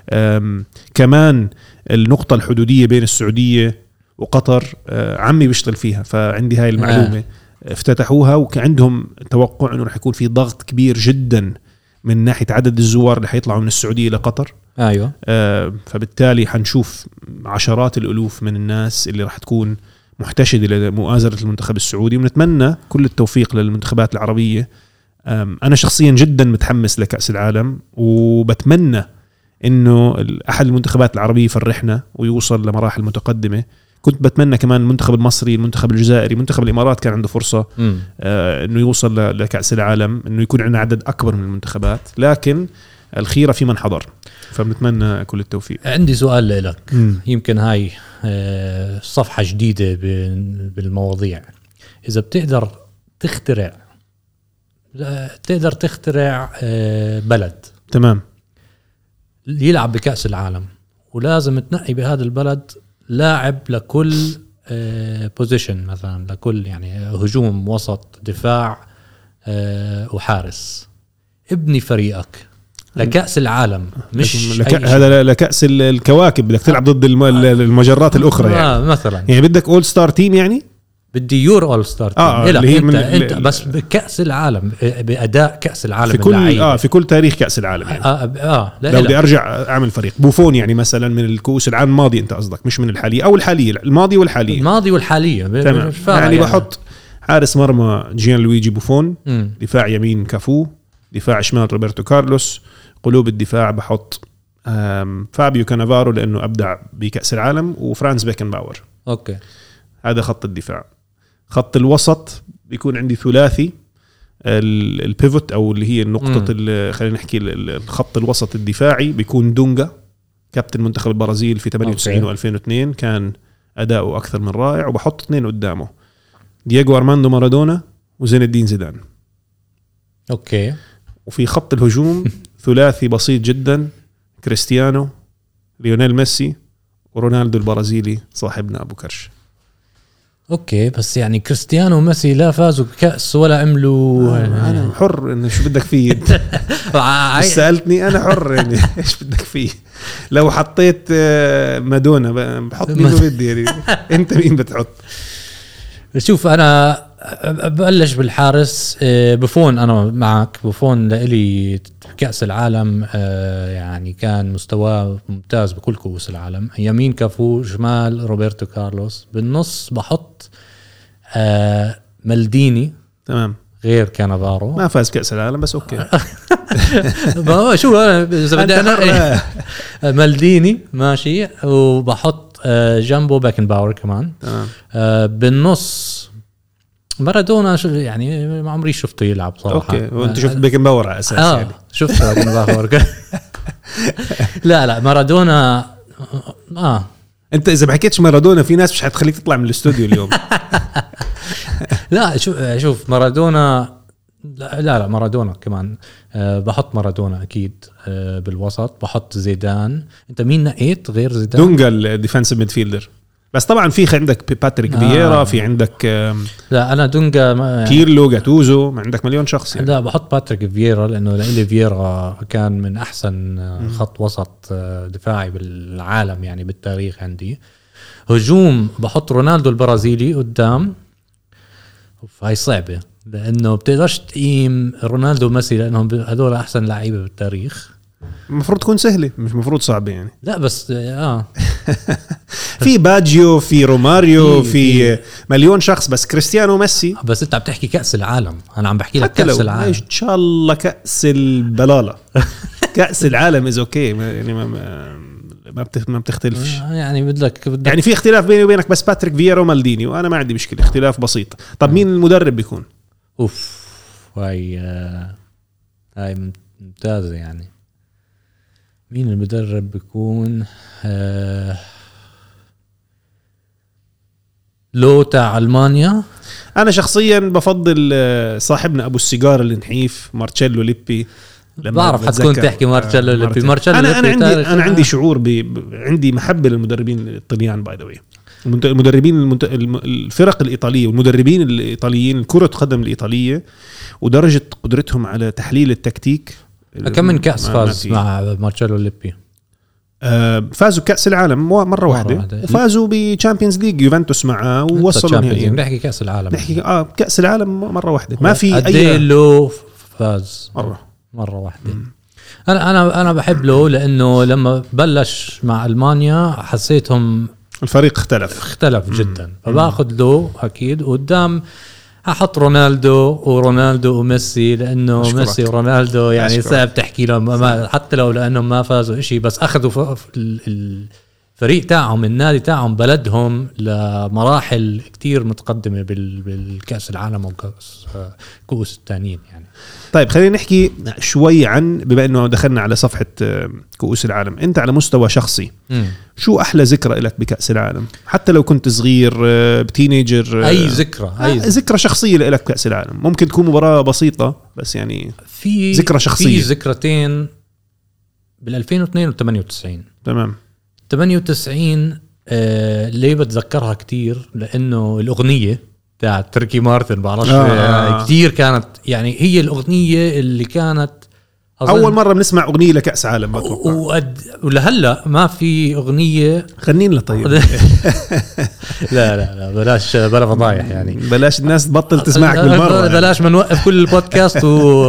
كمان النقطة الحدودية بين السعودية وقطر عمي بيشتغل فيها، فعندي هاي المعلومة. افتتحوها وعندهم توقع انه رح يكون في ضغط كبير جدا من ناحية عدد الزوار اللي حيطلعوا من السعودية لقطر. أيوة. فبالتالي حنشوف عشرات الألوف من الناس اللي راح تكون محتشدة لمؤازرة المنتخب السعودي. ونتمنى كل التوفيق للمنتخبات العربية. أنا شخصيا جدا متحمس لكأس العالم، وبتمنى إنه أحد المنتخبات العربية يفرحنا ويوصل لمراحل متقدمة. كنت بتمنى كمان المنتخب المصري، المنتخب الجزائري، منتخب الإمارات كان عنده فرصة إنه يوصل لكأس العالم، إنه يكون عندنا عدد أكبر من المنتخبات، لكن الخيرة في من حضر. فبنتمنى كل التوفيق. عندي سؤال لك، يمكن هاي صفحة جديدة بالمواضيع. إذا بتقدر تخترع بلد تمام يلعب بكأس العالم، ولازم تنقي بهذا البلد لاعب لكل بوزيشن، مثلا لكل يعني هجوم، وسط، دفاع وحارس. ابني فريقك لكأس العالم، مش هذا لكأس الكواكب. بدك تلعب ضد المجرات الأخرى يعني. مثلا يعني بدك أول ستار تيم يعني. بدي يورو اول ستار اللي هي انت بس بكأس العالم بأداء كأس العالم في كل في كل تاريخ كأس العالم يعني. لو بدي ارجع اعمل فريق بوفون يعني مثلا من الكؤوس العالم الماضي انت قصدك مش من الحاليه او الحاليه الماضي والحاليه يعني بحط حارس مرمى جيان لويجي بوفون، دفاع يمين كافو، دفاع شمال روبرتو كارلوس، قلوب الدفاع بحط فابيو كانافارو لانه ابدع بكأس العالم، وفرانز بيكنباور. اوكي هذا خط الدفاع. خط الوسط بيكون عندي ثلاثي البيفوت او اللي هي النقطه خلينا نحكي الخط الوسط الدفاعي بيكون دونجا كابتن منتخب البرازيل في 98 و2002 كان اداؤه اكثر من رائع، وبحط اثنين قدامه دييغو أرماندو مارادونا وزين الدين زيدان. اوكي. وفي خط الهجوم ثلاثي بسيط جدا كريستيانو، ليونيل ميسي، ورونالدو البرازيلي صاحبنا ابو كرش. اوكي بس يعني كريستيانو وميسي لا فازوا بكأس ولا عملوا انا حر انه شو بدك فيه انت سألتني انا حر يعني ايش بدك فيه. لو حطيت مادونا بحط مين بدي يعني انت مين بتحط؟ شوف انا ببلش بالحارس بوفون. انا معك بوفون لإلي كأس العالم يعني كان مستواه ممتاز بكل كؤوس العالم. يمين كافو، شمال روبرتو كارلوس، بالنص بحط مالديني. تمام. غير كانافارو ما فاز كأس العالم بس اوكي. شو انا مالديني ماشي، وبحط جنبه باكنباور كمان. تمام. بالنص مارادونا يعني ما عمري شفته يلعب صراحة. اوكي وانت شفت باكنباور على اساس يعني شفت باكنباور. لا مارادونا انت اذا ما حكيتش مارادونا في ناس مش حتخليك تطلع من الاستوديو اليوم. لا شوف مارادونا لا مارادونا كمان بحط مارادونا اكيد. بالوسط بحط زيدان. انت مين نقيت غير زيدان؟ دونجا الديفنسيف ميدفيلدر. بس طبعا في عندك باتريك فييرا، في عندك لا انا دونجا كيرلو جاتوزو، ما عندك مليون شخص يعني. لا بحط باتريك فييرا لانه لإلي فييرا كان من احسن خط وسط دفاعي بالعالم يعني بالتاريخ عندي. هجوم بحط رونالدو البرازيلي قدام. هاي صعبة لانه بتقدرش تقيم رونالدو وميسي لانهم هذول احسن لعيبة بالتاريخ. المفروض تكون سهلة مش مفروض صعبة يعني. لا بس في باجيو، في روماريو، في مليون شخص، بس كريستيانو وميسي. بس انت عم تحكي كأس العالم، انا عم بحكي لك كأس العالم. ان شاء الله كأس البلالة. كأس العالم إذا اوكي يعني ما بتختلفش يعني بدك يعني في اختلاف بيني وبينك بس باتريك فييرا ومالديني، وانا ما عندي مشكلة، اختلاف بسيط. طب مين المدرب بيكون؟ هاي ممتازة يعني. مين المدرب بيكون؟ لو تاع ألمانيا. أنا شخصيا بفضل صاحبنا أبو السيجار النحيف مارتشيلو ليبي. بعرف حتكون تحكي مارتشيلو ليبي. أنا عندي شعور عندي محبة للمدربين الإيطاليين باي ذا واي. المدربين الفرق الإيطالية والمدربين الإيطاليين كرة قدم الإيطالية ودرجة قدرتهم على تحليل التكتيك. كم من كأس فاز مع مارتشيلو ليبي؟ فازوا كأس العالم مرة واحدة وفازوا بشامبيونز ليج يوفنتوس معه ووصلوا نهائي. نحكي كأس العالم، نحكي كأس العالم مرة واحدة. ما في أي لو فاز مرة واحدة. أنا بحب له لأنه لما بلش مع ألمانيا حسيتهم الفريق اختلف جدا. فباخذ له أكيد قدام أحط رونالدو وميسي لأنه أشكرك. ميسي ورونالدو يعني صعب تحكي لهم حتى لو لأنهم ما فازوا إشي، بس أخذوا الفريق تاعهم النادي تاعهم بلدهم لمراحل كتير متقدمة بالكأس العالم وكؤوس التانيين يعني. طيب خلينا نحكي شوي عن بما أنه دخلنا على صفحة كؤوس العالم. أنت على مستوى شخصي شو أحلى ذكرى لك بكأس العالم؟ حتى لو كنت صغير بتينيجر، أي ذكرى شخصية لك بكأس العالم. ممكن تكون مباراة بسيطة بس يعني في ذكرى شخصية. في ذكرتين بال2002 و98. تمام. 98 ليه بتذكرها كتير لأنه الأغنية تاع تركي مارتن بعرفش كتير كانت يعني هي الأغنية اللي كانت اول مره بنسمع اغنيه لكاس عالم ولهلا ما في اغنيه. غنين طيب. لا بلاش بلا فضايح يعني، بلاش الناس تبطل تسمعك بالمره بلاش ما نوقف كل البودكاست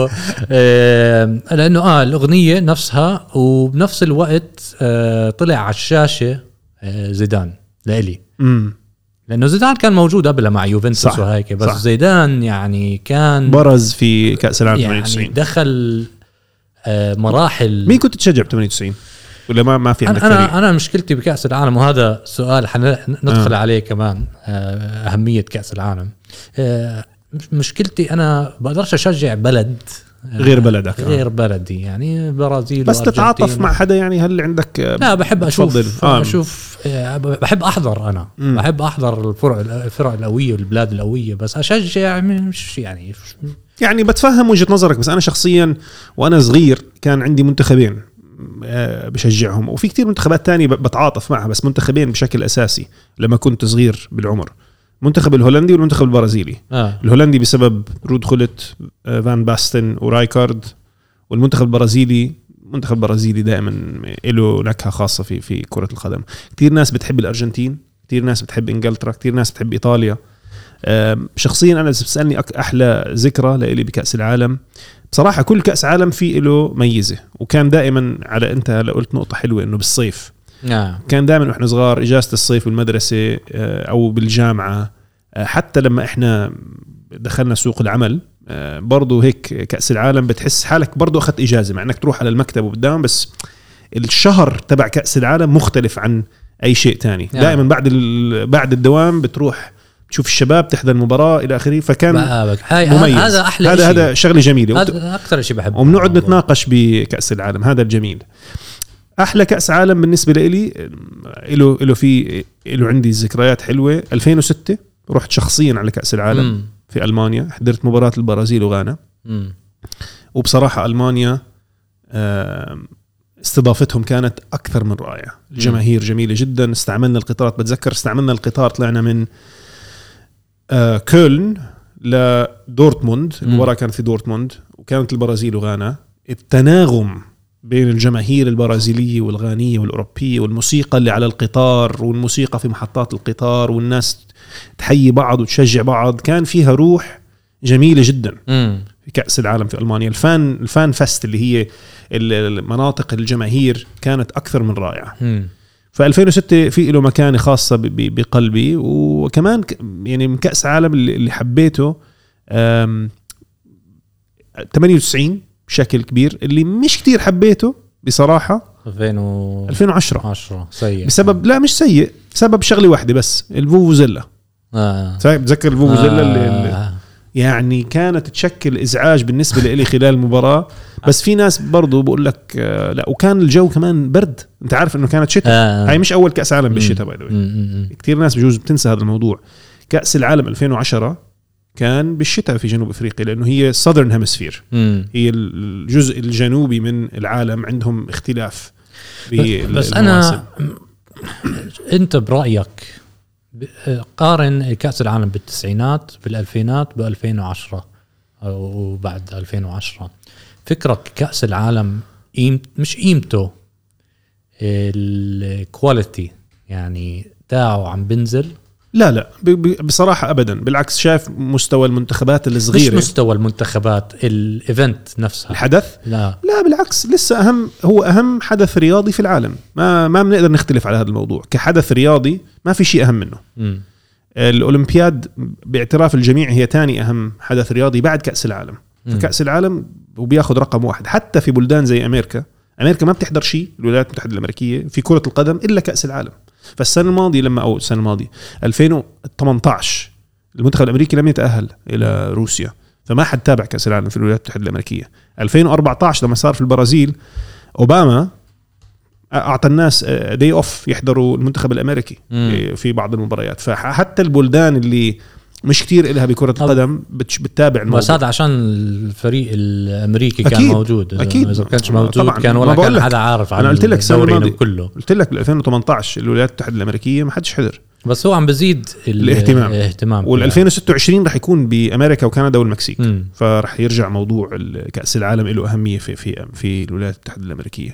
لانه الاغنيه نفسها. وبنفس الوقت طلع على الشاشه زيدان لإلي، لأنه زيدان كان موجود قبل مع يوفنتوس وهيك، بس صح. زيدان يعني كان برز في كأس العالم 98 يعني دخل مراحل. مين كنت تشجع ب98 ولا ما في عندك فريق؟ أنا مشكلتي بكأس العالم، وهذا سؤال ندخل عليه كمان، أهمية كأس العالم. مشكلتي أنا بقدرش أشجع بلد غير بلدك، غير بلدي يعني برازيل بس تتعاطف مع حدا يعني. هل عندك لا بحب أشوف بحب أحضر. أنا بحب أحضر الفرق القوية والبلاد القوية، بس أشجع مش يعني بتفهم وجهة نظرك. بس أنا شخصيا وأنا صغير كان عندي منتخبين بشجعهم، وفي كتير منتخبات تانية بتعاطف معها، بس منتخبين بشكل أساسي لما كنت صغير بالعمر: منتخب الهولندي والمنتخب البرازيلي. الهولندي بسبب رود خلت، فان باستن ورايكارد، والمنتخب البرازيلي المنتخب البرازيلي دائما له نكهة خاصة في كرة القدم. كتير ناس بتحب الأرجنتين، كتير ناس بتحب إنجلترا، كتير ناس بتحب إيطاليا. شخصيا أنا بسألني أحلى ذكرى لإلي بكأس العالم، بصراحة كل كأس عالم فيه له ميزة، وكان دائما على أنت قلت نقطة حلوة إنه بالصيف. كان دائما واحنا صغار اجازه الصيف بالمدرسه او بالجامعه، حتى لما احنا دخلنا سوق العمل برضو هيك كأس العالم بتحس حالك برضو اخذت اجازه، مع انك تروح على المكتب وبتداوم، بس الشهر تبع كأس العالم مختلف عن اي شيء تاني. دائما بعد الدوام بتروح تشوف الشباب، تحضر المباراه الى اخره، فكان مميز. هذا احلى هذا شغله جميله، هذا اكثر شيء بحبه، وبنقعد نتناقش بكأس العالم. هذا الجميل. احلى كأس عالم بالنسبه لي له عندي ذكريات حلوه. 2006 رحت شخصيا على كأس العالم في ألمانيا، حضرت مباراة البرازيل وغانا. وبصراحه ألمانيا استضافتهم كانت اكثر من رائعه، الجماهير جميله جدا. استعملنا القطارات، بتذكر استعملنا القطار، طلعنا من كولن لدورتموند، المباراة كانت في دورتموند، وكانت البرازيل وغانا. التناغم بين الجماهير البرازيلية والغانية والأوروبية، والموسيقى اللي على القطار، والموسيقى في محطات القطار، والناس تحيي بعض وتشجع بعض، كان فيها روح جميلة جدا. في كأس العالم في ألمانيا الفان فست اللي هي المناطق الجماهير كانت أكثر من رائعة. في 2006 في له مكانة خاصة بقلبي. وكمان يعني من كأس عالم اللي حبيته 98 بشكل كبير، اللي مش كتير حبيته بصراحة 2010 سيء بسبب لا مش سيء، بسبب شغلة واحدة بس، الفوفوزيلا. بتذكر الفوفوزيلا اللي يعني كانت تشكل إزعاج بالنسبة لي خلال المباراة. بس في ناس برضو بقول لك لا، وكان الجو كمان برد. انت عارف انه كانت شتاء. هاي مش اول كأس عالم بالشتاء باي. كتير ناس بجوز بتنسى هذا الموضوع. كأس العالم 2010 كان بالشتاء في جنوب افريقيا، لانه هي Southern Hemisphere، هي الجزء الجنوبي من العالم، عندهم اختلاف. بس انا انت برأيك قارن كأس العالم بالتسعينات، بالألفينات، ب2010 وبعد 2010، فكرك كأس العالم مش قيمته الكواليتي يعني تاعه عم بنزل؟ لا بصراحة أبدا، بالعكس. شايف مستوى المنتخبات الصغيرة، مش مستوى المنتخبات، الإيفنت نفسها، الحدث. لا بالعكس، لسه هو أهم حدث رياضي في العالم. ما بنقدر نختلف على هذا الموضوع. كحدث رياضي ما في شيء أهم منه. الأولمبياد باعتراف الجميع هي تاني أهم حدث رياضي بعد كأس العالم. فكأس العالم وبياخد رقم 1 حتى في بلدان زي أمريكا ما بتحضر شيء، الولايات المتحدة الأمريكية، في كرة القدم إلا كأس العالم. فالسنة الماضية السنة الماضية 2018 المنتخب الأمريكي لم يتأهل إلى روسيا، فما حد تابع كأس العالم في الولايات المتحدة الأمريكية. 2014 لما صار في البرازيل، أوباما أعطى الناس داي أوف يحضروا المنتخب الأمريكي في بعض المباريات. فحتى البلدان اللي مش كتير إلها بكرة القدم بتتابع الموضوع. بس هذا عشان الفريق الأمريكي كان موجود. أكيد. إذا كانش موجود كان ولا كان حدا عارف. أنا قلت لك السنة الماضية، قلت لك 2018 الولايات المتحدة الأمريكية ما حدش حضر. بس هو عم بزيد الاهتمام وال2026 رح يكون بأمريكا وكندا والمكسيك. فرح يرجع موضوع كأس العالم له أهمية في الولايات المتحدة الأمريكية.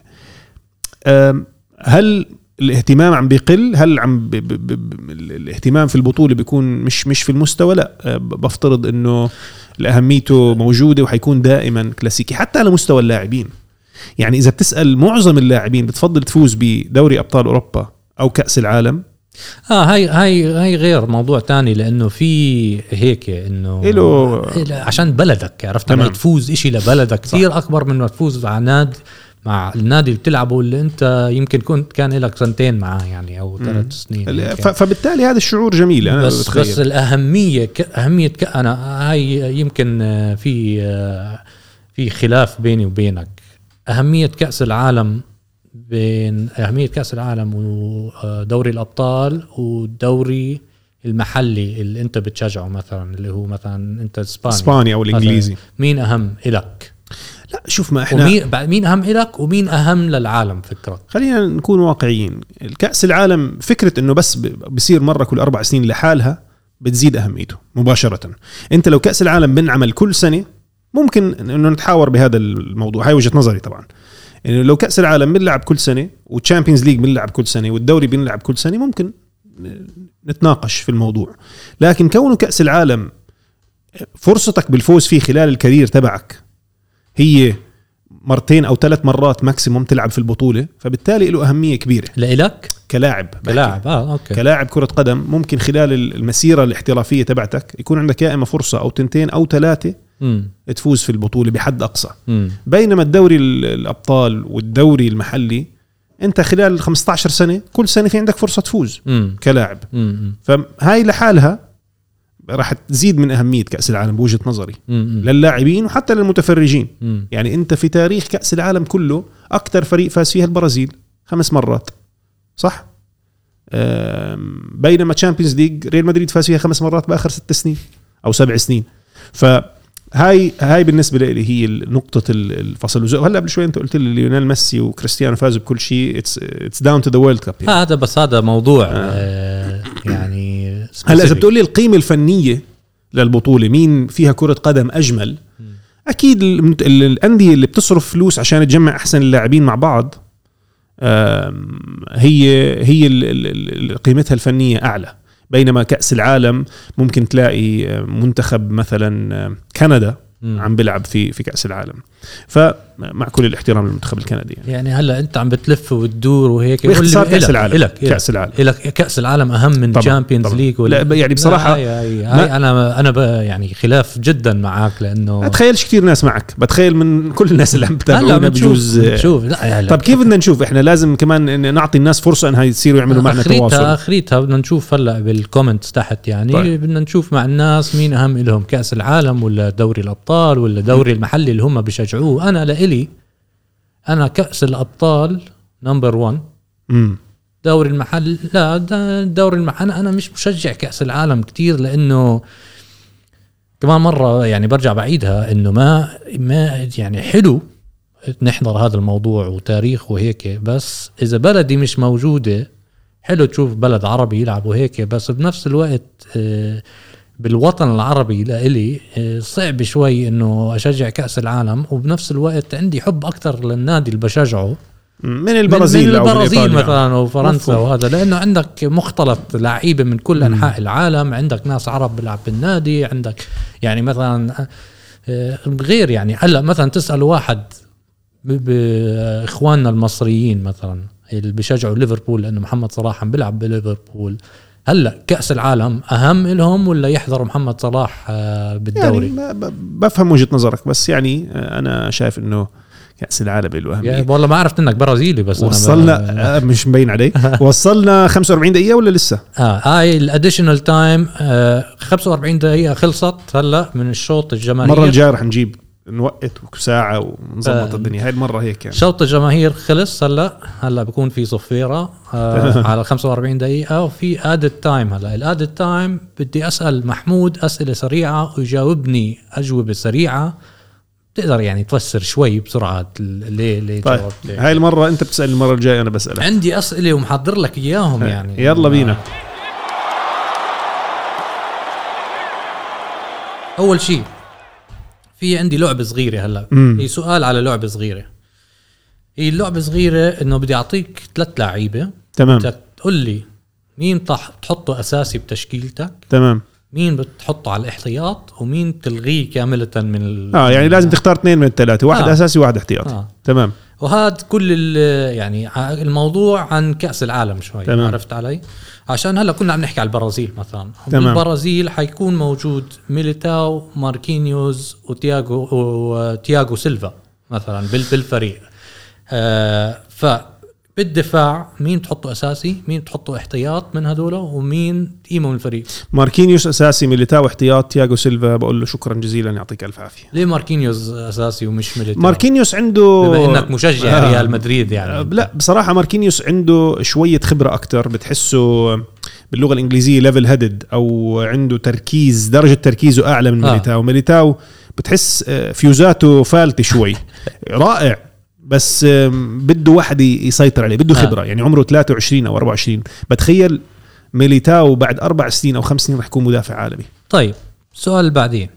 هل الاهتمام عم بيقل؟ هل عم الاهتمام في البطولة بيكون مش في المستوى؟ لا، بفترض انه اهميته موجودة وحيكون دائما كلاسيكي حتى على مستوى اللاعبين. يعني اذا بتسأل معظم اللاعبين بتفضل تفوز بدوري ابطال اوروبا او كأس العالم. هاي غير موضوع تاني، لانه في هيك انه عشان بلدك، عرفت لما تفوز اشي لبلدك كثير اكبر من ما تفوز على مع النادي اللي بتلعبه اللي انت يمكن كان لك سنتين معاه يعني او 3 سنين. فبالتالي هذا الشعور جميل. انا بس الأهمية انا هاي يمكن في خلاف بيني وبينك. أهمية كأس العالم بين أهمية كأس العالم ودوري الأبطال والدوري المحلي اللي انت بتشجعه مثلا، اللي هو مثلا انت اسباني او الانجليزي، مين اهم إلك؟ لا شوف، ما احنا مين اهم إلك ومين اهم للعالم؟ فكرة خلينا نكون واقعيين. الكأس العالم فكرة انه بس بصير مرة كل 4 سنين لحالها بتزيد اهميته مباشرة. انت لو كأس العالم بنعمل كل سنة ممكن انه نتحاور بهذا الموضوع، هاي وجهة نظري طبعا. يعني لو كأس العالم بنلعب كل سنة والتشامبيونز ليج بنلعب كل سنة والدوري بنلعب كل سنة ممكن نتناقش في الموضوع. لكن كونه كأس العالم فرصتك بالفوز فيه خلال الكارير تبعك هي 2 أو 3 مرات ماكسيموم تلعب في البطولة، فبالتالي له أهمية كبيرة لإلك كلاعب. أوكي. كلاعب كرة قدم ممكن خلال المسيرة الاحترافية تبعتك يكون عندك يا إما فرصة أو 2 أو 3 تفوز في البطولة بحد أقصى. بينما الدوري الأبطال والدوري المحلي أنت خلال 15 سنة كل سنة في عندك فرصة تفوز كلاعب. فهاي لحالها راح تزيد من أهمية كأس العالم بوجهة نظري للاعبين وحتى للمتفرجين. يعني أنت في تاريخ كأس العالم كله أكتر فريق فاز فيها البرازيل 5 مرات، صح؟ بينما تشامبيونز ليج ريال مدريد فاز فيها 5 مرات بآخر 6 سنين أو 7 سنين. فهاي بالنسبة لي هي نقطة الفصل. وهلا قبل شوي أنت قلت لي ليونيل ميسي وكريستيانو فازوا بكل شيء. it's down to the world cup يعني. هذا موضوع يعني هلا إذا بتقول لي القيمة الفنية للبطولة مين فيها كرة قدم أجمل، أكيد الأندية اللي بتصرف فلوس عشان تجمع أحسن اللاعبين مع بعض هي قيمتها الفنية أعلى. بينما كأس العالم ممكن تلاقي منتخب مثلا كندا عم بيلعب في كأس العالم، فمع كل الاحترام للمنتخب الكندي يعني هلا انت عم بتلف وتدور وهيك. كأس العالم إلك كأس العالم اهم من تشامبيونز ليج لا يعني بصراحة انا يعني خلاف جدا معك، لانه ما تخيلش كتير ناس معك، بتخيل من كل الناس اللي عم بتابعونا بجوز نشوف. طب كيف بدنا نشوف؟ احنا لازم كمان نعطي الناس فرصة انها يصيروا يعملوا معنا تواصل. اخريتها بدنا نشوف هلا بالكومنتس تحت يعني. طيب. بدنا نشوف مع الناس مين اهم لهم، كأس العالم ولا دوري الابطال ولا دوري المحلي اللي هم بيشجعوه. أنا كأس الأبطال نمبر 1. دوري المحل لا، دوري المحل أنا مش مشجع كأس العالم كتير، لأنه كمان مرة يعني برجع بعيدها إنه ما يعني حلو نحضر هذا الموضوع وتاريخ وهيك، بس إذا بلدي مش موجودة حلو تشوف بلد عربي يلعب وهيك. بس بنفس الوقت بالوطن العربي لإلي صعب شوي إنه أشجع كأس العالم، وبنفس الوقت عندي حب أكتر للنادي اللي بشجعه من البرازيل أو مثلا أو فرنسا وهذا، لأنه عندك مختلط لعيبة من كل أنحاء العالم. عندك ناس عرب بيلعب بالنادي، عندك يعني مثلا غير يعني هلا مثلا تسأل واحد بإخواننا المصريين مثلا اللي بيشجعوا ليفربول لأنه محمد صلاح عم بيلعب بليفربول، هلا كأس العالم أهم لهم ولا يحضروا محمد صلاح بالدوري؟ يعني بفهم وجهة نظرك، بس يعني أنا شايف إنه كأس العالم له أهمية. يعني والله ما عرفت إنك برازيلي، بس وصلنا مش مبين علي. وصلنا 45 دقيقة ولا لسه؟ هاي الاديشنال تايم 45 دقيقة خلصت هلا من الشوط الجماهيري. مرة الجاي رح نجيب نوقت ساعة ونظبط الدنيا. هاي المرة هيك يعني. شوط الجماهير خلص هلا بكون في صفيرة على 45 دقيقة، وفي ادد تايم. هلا الادد تايم بدي أسأل محمود أسئلة سريعة ويجاوبني أجوبة سريعة، تقدر يعني تفسر شوي بسرعة ليه طيب. جاوبت. هاي المرة أنت بتسأل، المرة الجاية أنا بسألك. عندي أسئلة ومحضر لك إياهم يعني. يلا بينا. اول شيء في عندي لعبه صغيره هلا، هي سؤال على لعبه صغيره. هي اللعبه صغيره انه بدي اعطيك 3 لعيبه، تمام، تقول لي مين تحطه اساسي بتشكيلتك، تمام، مين بتحطه على الاحتياط، ومين تلغيه كامله من يعني لازم تختار 2 من ال3، واحد اساسي وواحد احتياطي. تمام. وهذا كل يعني الموضوع عن كأس العالم شوي. تمام. عرفت علي؟ عشان هلا كنا عم نحكي على البرازيل مثلا. تمام. بالبرازيل حيكون موجود ميليتاو، ماركينيوز، وتياغو سيلفا مثلا بالفريق. بالدفاع مين تحطه اساسي، مين تحطه احتياط من هذول، ومين تقيمه من الفريق؟ ماركينيوس اساسي، ميليتاو احتياط، تياغو سيلفا بقول له شكرا جزيلا يعطيك الف عافيه. ليه ماركينيوس اساسي ومش ميليتاو؟ ماركينيوس عنده، بما انك مشجع ريال مدريد يعني. لا بصراحه ماركينيوس عنده شويه خبره اكتر، بتحسه باللغه الانجليزيه ليفل هيدد، او عنده تركيز، درجه تركيزه اعلى من ميليتاو. ميليتاو بتحس فيوزاته فالته شوي. رائع، بس بده واحد يسيطر عليه، بده خبرة. يعني عمره 23 أو 24. بتخيل ميليتاو بعد 4 سنين أو 5 سنين رح يكون مدافع عالمي. طيب السؤال اللي بعديه،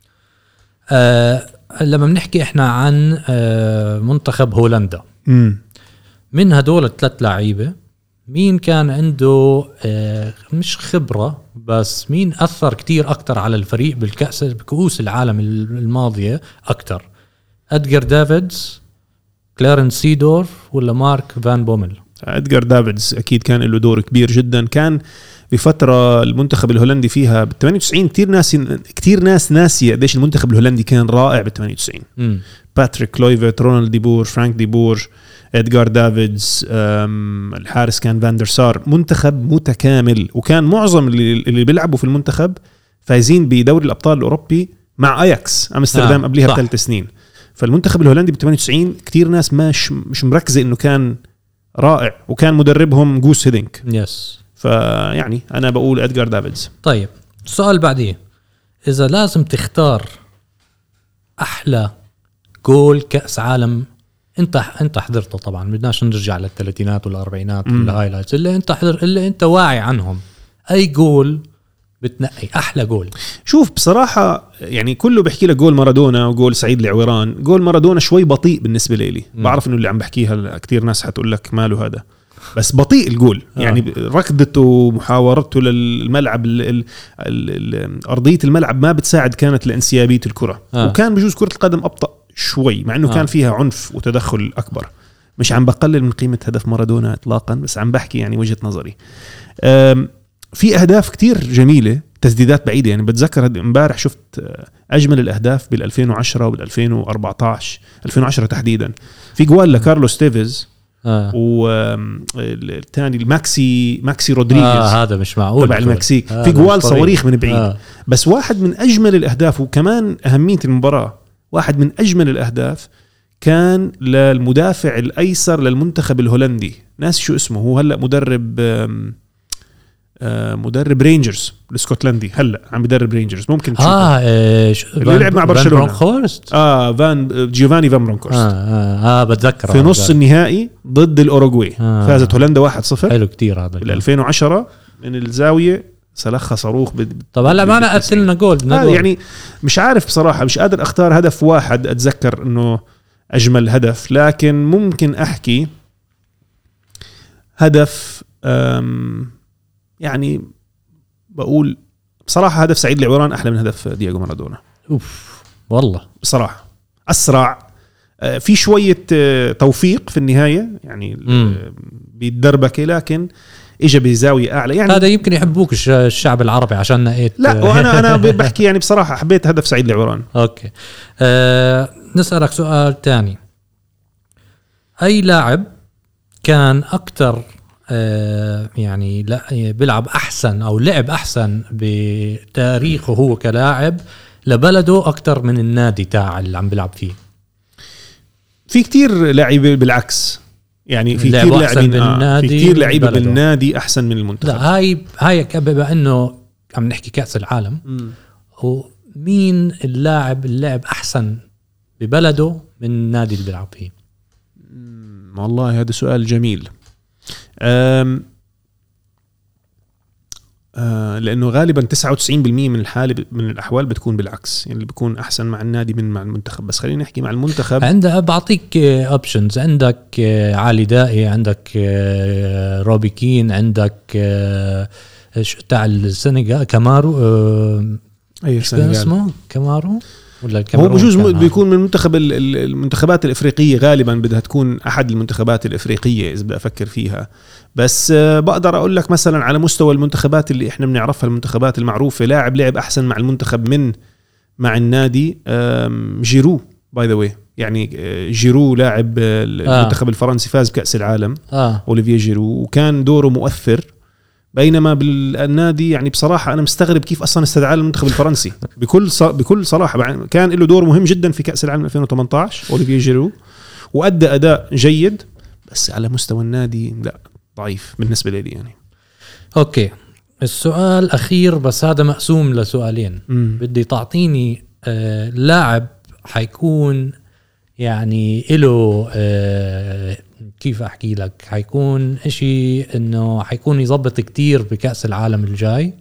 لما بنحكي احنا عن منتخب هولندا، من هدول ال3 لعيبة مين كان عنده مش خبرة بس مين أثر كتير أكتر على الفريق بكؤوس العالم الماضية أكتر؟ أدغار دافيدز، كلارنس سيدورف، ولا مارك فان بومل؟ أدغار دافيدز أكيد كان له دور كبير جدا. كان بفترة المنتخب الهولندي فيها بال 98 كتير ناس ناسية قديش المنتخب الهولندي كان رائع بال 98. باتريك كلويفرت، رونالد دي بور، فرانك دي بور، أدغار دافيدز، الحارس كان فاندر سار. منتخب متكامل، وكان معظم اللي بيلعبوا في المنتخب فايزين بدوري الأبطال الأوروبي مع أياكس أمستردام قبلها ب3 سنين. فالمنتخب الهولندي ب 98 كتير ناس مش مركزة إنه كان رائع، وكان مدربهم جوس هيدينك. يس. فيعني أنا بقول أدغار دافيدز. طيب السؤال بعديه، إذا لازم تختار أحلى جول كأس عالم أنت حضرته، طبعا بدناش نرجع للثلاثينات والأربعينات والهايلايتس اللي أنت حضر، اللي أنت واعي عنهم، أي جول بتنقي أحلى جول؟ شوف بصراحة يعني كله بحكي لك جول مارادونا وجول سعيد العويران. جول مارادونا شوي بطيء بالنسبة لي. بعرف إنه اللي عم بحكيها كتير ناس حتقول لك ماله هذا، بس بطيء الجول. يعني ركضته ومحاورته للملعب، أرضية الملعب ما بتساعد كانت لانسيابية الكرة. وكان بجوز كرة القدم أبطأ شوي، مع إنه كان فيها عنف وتدخل أكبر. مش عم بقلل من قيمة هدف مارادونا إطلاقا، بس عم بحكي يعني وجهة نظري. في أهداف كتير جميلة، تسديدات بعيدة. يعني بتذكر امبارح شفت أجمل الأهداف بال2010 وبال2014، 2010 تحديدا. في جوال لكارلوس تيفيز والثاني الماكسي رودريغيز. هذا مش معقول تبع المكسيك. في جوال صواريخ من بعيد. بس واحد من أجمل الأهداف، وكمان أهمية المباراة، واحد من أجمل الأهداف كان للمدافع الأيسر للمنتخب الهولندي، ناس شو اسمه هو هلأ، مدرب رينجرز الاسكتلندي، هلا عم بدرب رينجرز. ممكن تشوفه. اللي لعب مع برشلونة. جيوفاني فان برونكورست. بتذكر في نص النهائي ضد الأوروغواي. فازت هولندا 1-0. حلو كتير هذا. 2010 من الزاوية سلخها صاروخ. طب هلا ما أنا قتلنا جول. يعني مش عارف بصراحة، مش قادر اختار هدف واحد اتذكر انه اجمل هدف، لكن ممكن احكي هدف يعني بقول بصراحة هدف سعيد العويران أحلى من هدف دياغو مارادونا. والله بصراحة أسرع، في شوية توفيق في النهاية يعني بالدربكة، لكن إجا بزاوية أعلى. يعني هذا يمكن يحبوك الشعب العربي عشان نقيت. لا وأنا بحكي يعني بصراحة حبيت هدف سعيد العويران. أوكي. نسألك سؤال تاني، أي لاعب كان أكتر يعني لا بيلعب أحسن أو لعب أحسن بتاريخه هو كلاعب لبلده أكتر من النادي تاع اللي عم بيلعب فيه؟ في كتير لاعبين بالعكس، يعني في كتير لاعبين في كتير لعيبه بالنادي أحسن من المنتخب. لا هاي بما إنه عم نحكي كأس العالم، ومين اللاعب اللي لعب أحسن ببلده من النادي اللي بيلعب فيه؟ والله هذا سؤال جميل. لأنه غالبا 99% من الأحوال بتكون بالعكس، يعني اللي بيكون أحسن مع النادي من مع المنتخب. بس خلينا نحكي مع المنتخب. عندك بعطيك اوبشنز، عندك علي دائي، عندك روبي كين، عندك تاع السنغال كامارو، أي اسمه كامارو ولا هو بجوز بيكون من المنتخبات الإفريقية، غالبا بدها تكون أحد المنتخبات الإفريقية إذا بدي أفكر فيها. بس بقدر أقول لك مثلا على مستوى المنتخبات اللي إحنا بنعرفها، المنتخبات المعروفة، لاعب لعب أحسن مع المنتخب من مع النادي جيرو باي ذا واي. يعني جيرو لاعب المنتخب الفرنسي فاز بكأس العالم، أوليفيه جيرو، وكان دوره مؤثر. بينما بالنادي يعني بصراحة أنا مستغرب كيف أصلا استدعى المنتخب الفرنسي. بكل صراحة كان له دور مهم جدا في كأس العالم 2018 أوليفيه جيرو، وأدى أداء جيد، بس على مستوى النادي لا، ضعيف بالنسبة لي يعني. أوكي، السؤال الأخير بس هذا مقسوم لسؤالين. بدي تعطيني لاعب حيكون يعني إله كيف أحكي لك، حيكون إشي إنه حيكون يضبط كتير بكأس العالم الجاي،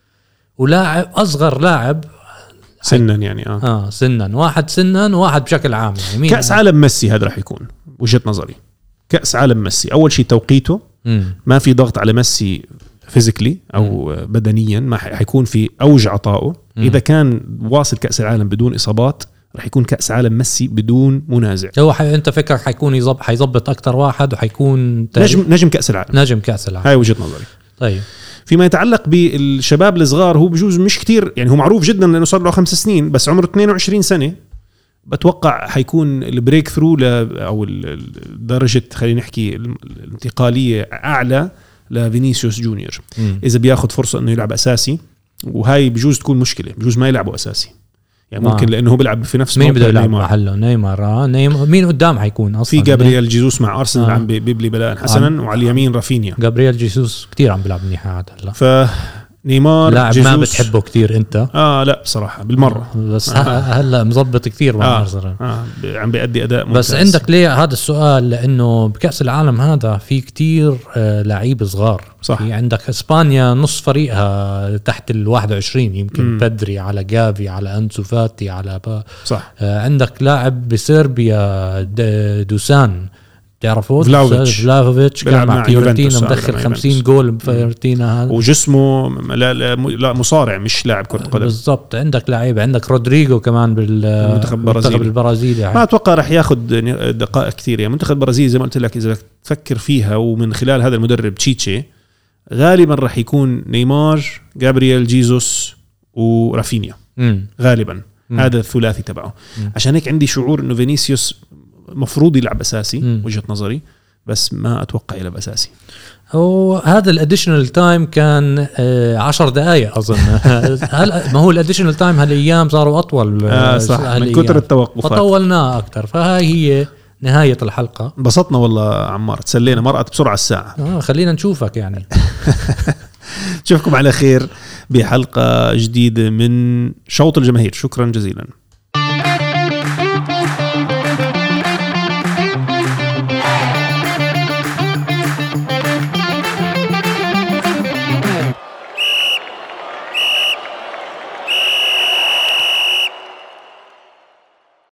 ولاعب أصغر لاعب سنا يعني سنا، واحد سنا وواحد بشكل عام. يعني مين كأس عالم ميسي هذا راح يكون وجهة نظري. كأس عالم ميسي أول شيء توقيته، ما في ضغط على ميسي فيزيكلي أو بدنيا، ما حيكون في أوج عطائه. إذا كان واصل كأس العالم بدون إصابات رح يكون كأس عالم ميسي بدون منازع. هو أنت فكرك حيكون حيضبط أكتر واحد، وحيكون نجم كأس العالم. نجم كأس العالم، هاي وجهة نظري. طيب فيما يتعلق بالشباب الصغار، هو بجوز مش كتير يعني، هو معروف جدا لأنه صار له 5 سنين، بس عمره 22 سنة. بتوقع حيكون البريك ثرو أو درجة خلينا نحكي الانتقالية أعلى لفينيسيوس جونيور إذا بياخد فرصة إنه يلعب أساسي. وهاي بجوز تكون مشكلة، بجوز ما يلعبوا أساسي يعني ممكن لأنه هو بيلعب في نفس مين بده يلعب محله نيمار. مين قدام حيكون أصلا؟ في جابرييل جيسوس مع أرسنال عم بيبلي بلاء حسنا، وعلى اليمين رافينيا. جابرييل جيسوس كتير عم بيلعب منيح هذا. فنيمار لاعب ما بتحبه كتير أنت؟ لا بصراحة بالمرة، بس هلا مزبط كتير مع عم بيأدي أداء ممتاز. بس عندك ليه هذا السؤال؟ لأنه بكأس العالم هذا في كتير لعيب صغار. صح. في عندك إسبانيا نص فريقها تحت 21 يمكن، بدري على جافي على أنسو فاتي على صح. عندك لاعب بسربيا دوسان، تعرفوه؟ فلافوفيتش كان مع فيورنتينا مدخل 50 جول بفيورنتينا هذا، وجسمه لا مصارع مش لاعب كرة قدم. بالضبط. عندك لعيبة، عندك رودريجو كمان بالمنتخب البرازيلي. ما أتوقع رح ياخد دقائق كثير يعني. منتخب البرازيل زي ما قلت لك إذا تفكر فيها، ومن خلال هذا المدرب تشيتشي، غالبا رح يكون نيمار، جابرييل جيسوس، ورافينيا غالبا. هذا الثلاثي تبعه. عشان هيك عندي شعور إنه فينيسيوس مفروض يلعب أساسي وجهة نظري، بس ما أتوقع يلعب أساسي. وهذا الاديشنال تايم كان 10 دقائق أظن. ما هو الاديشنال تايم هالأيام صاروا أطول. صح، من كتر التوقفات فطولناه أكتر. فهاي هي نهاية الحلقة. انبسطنا والله عمار، تسلينا، مرقت بسرعة الساعة. خلينا نشوفك يعني. نشوفكم على خير بحلقة جديدة من شوط الجماهير. شكرا جزيلا.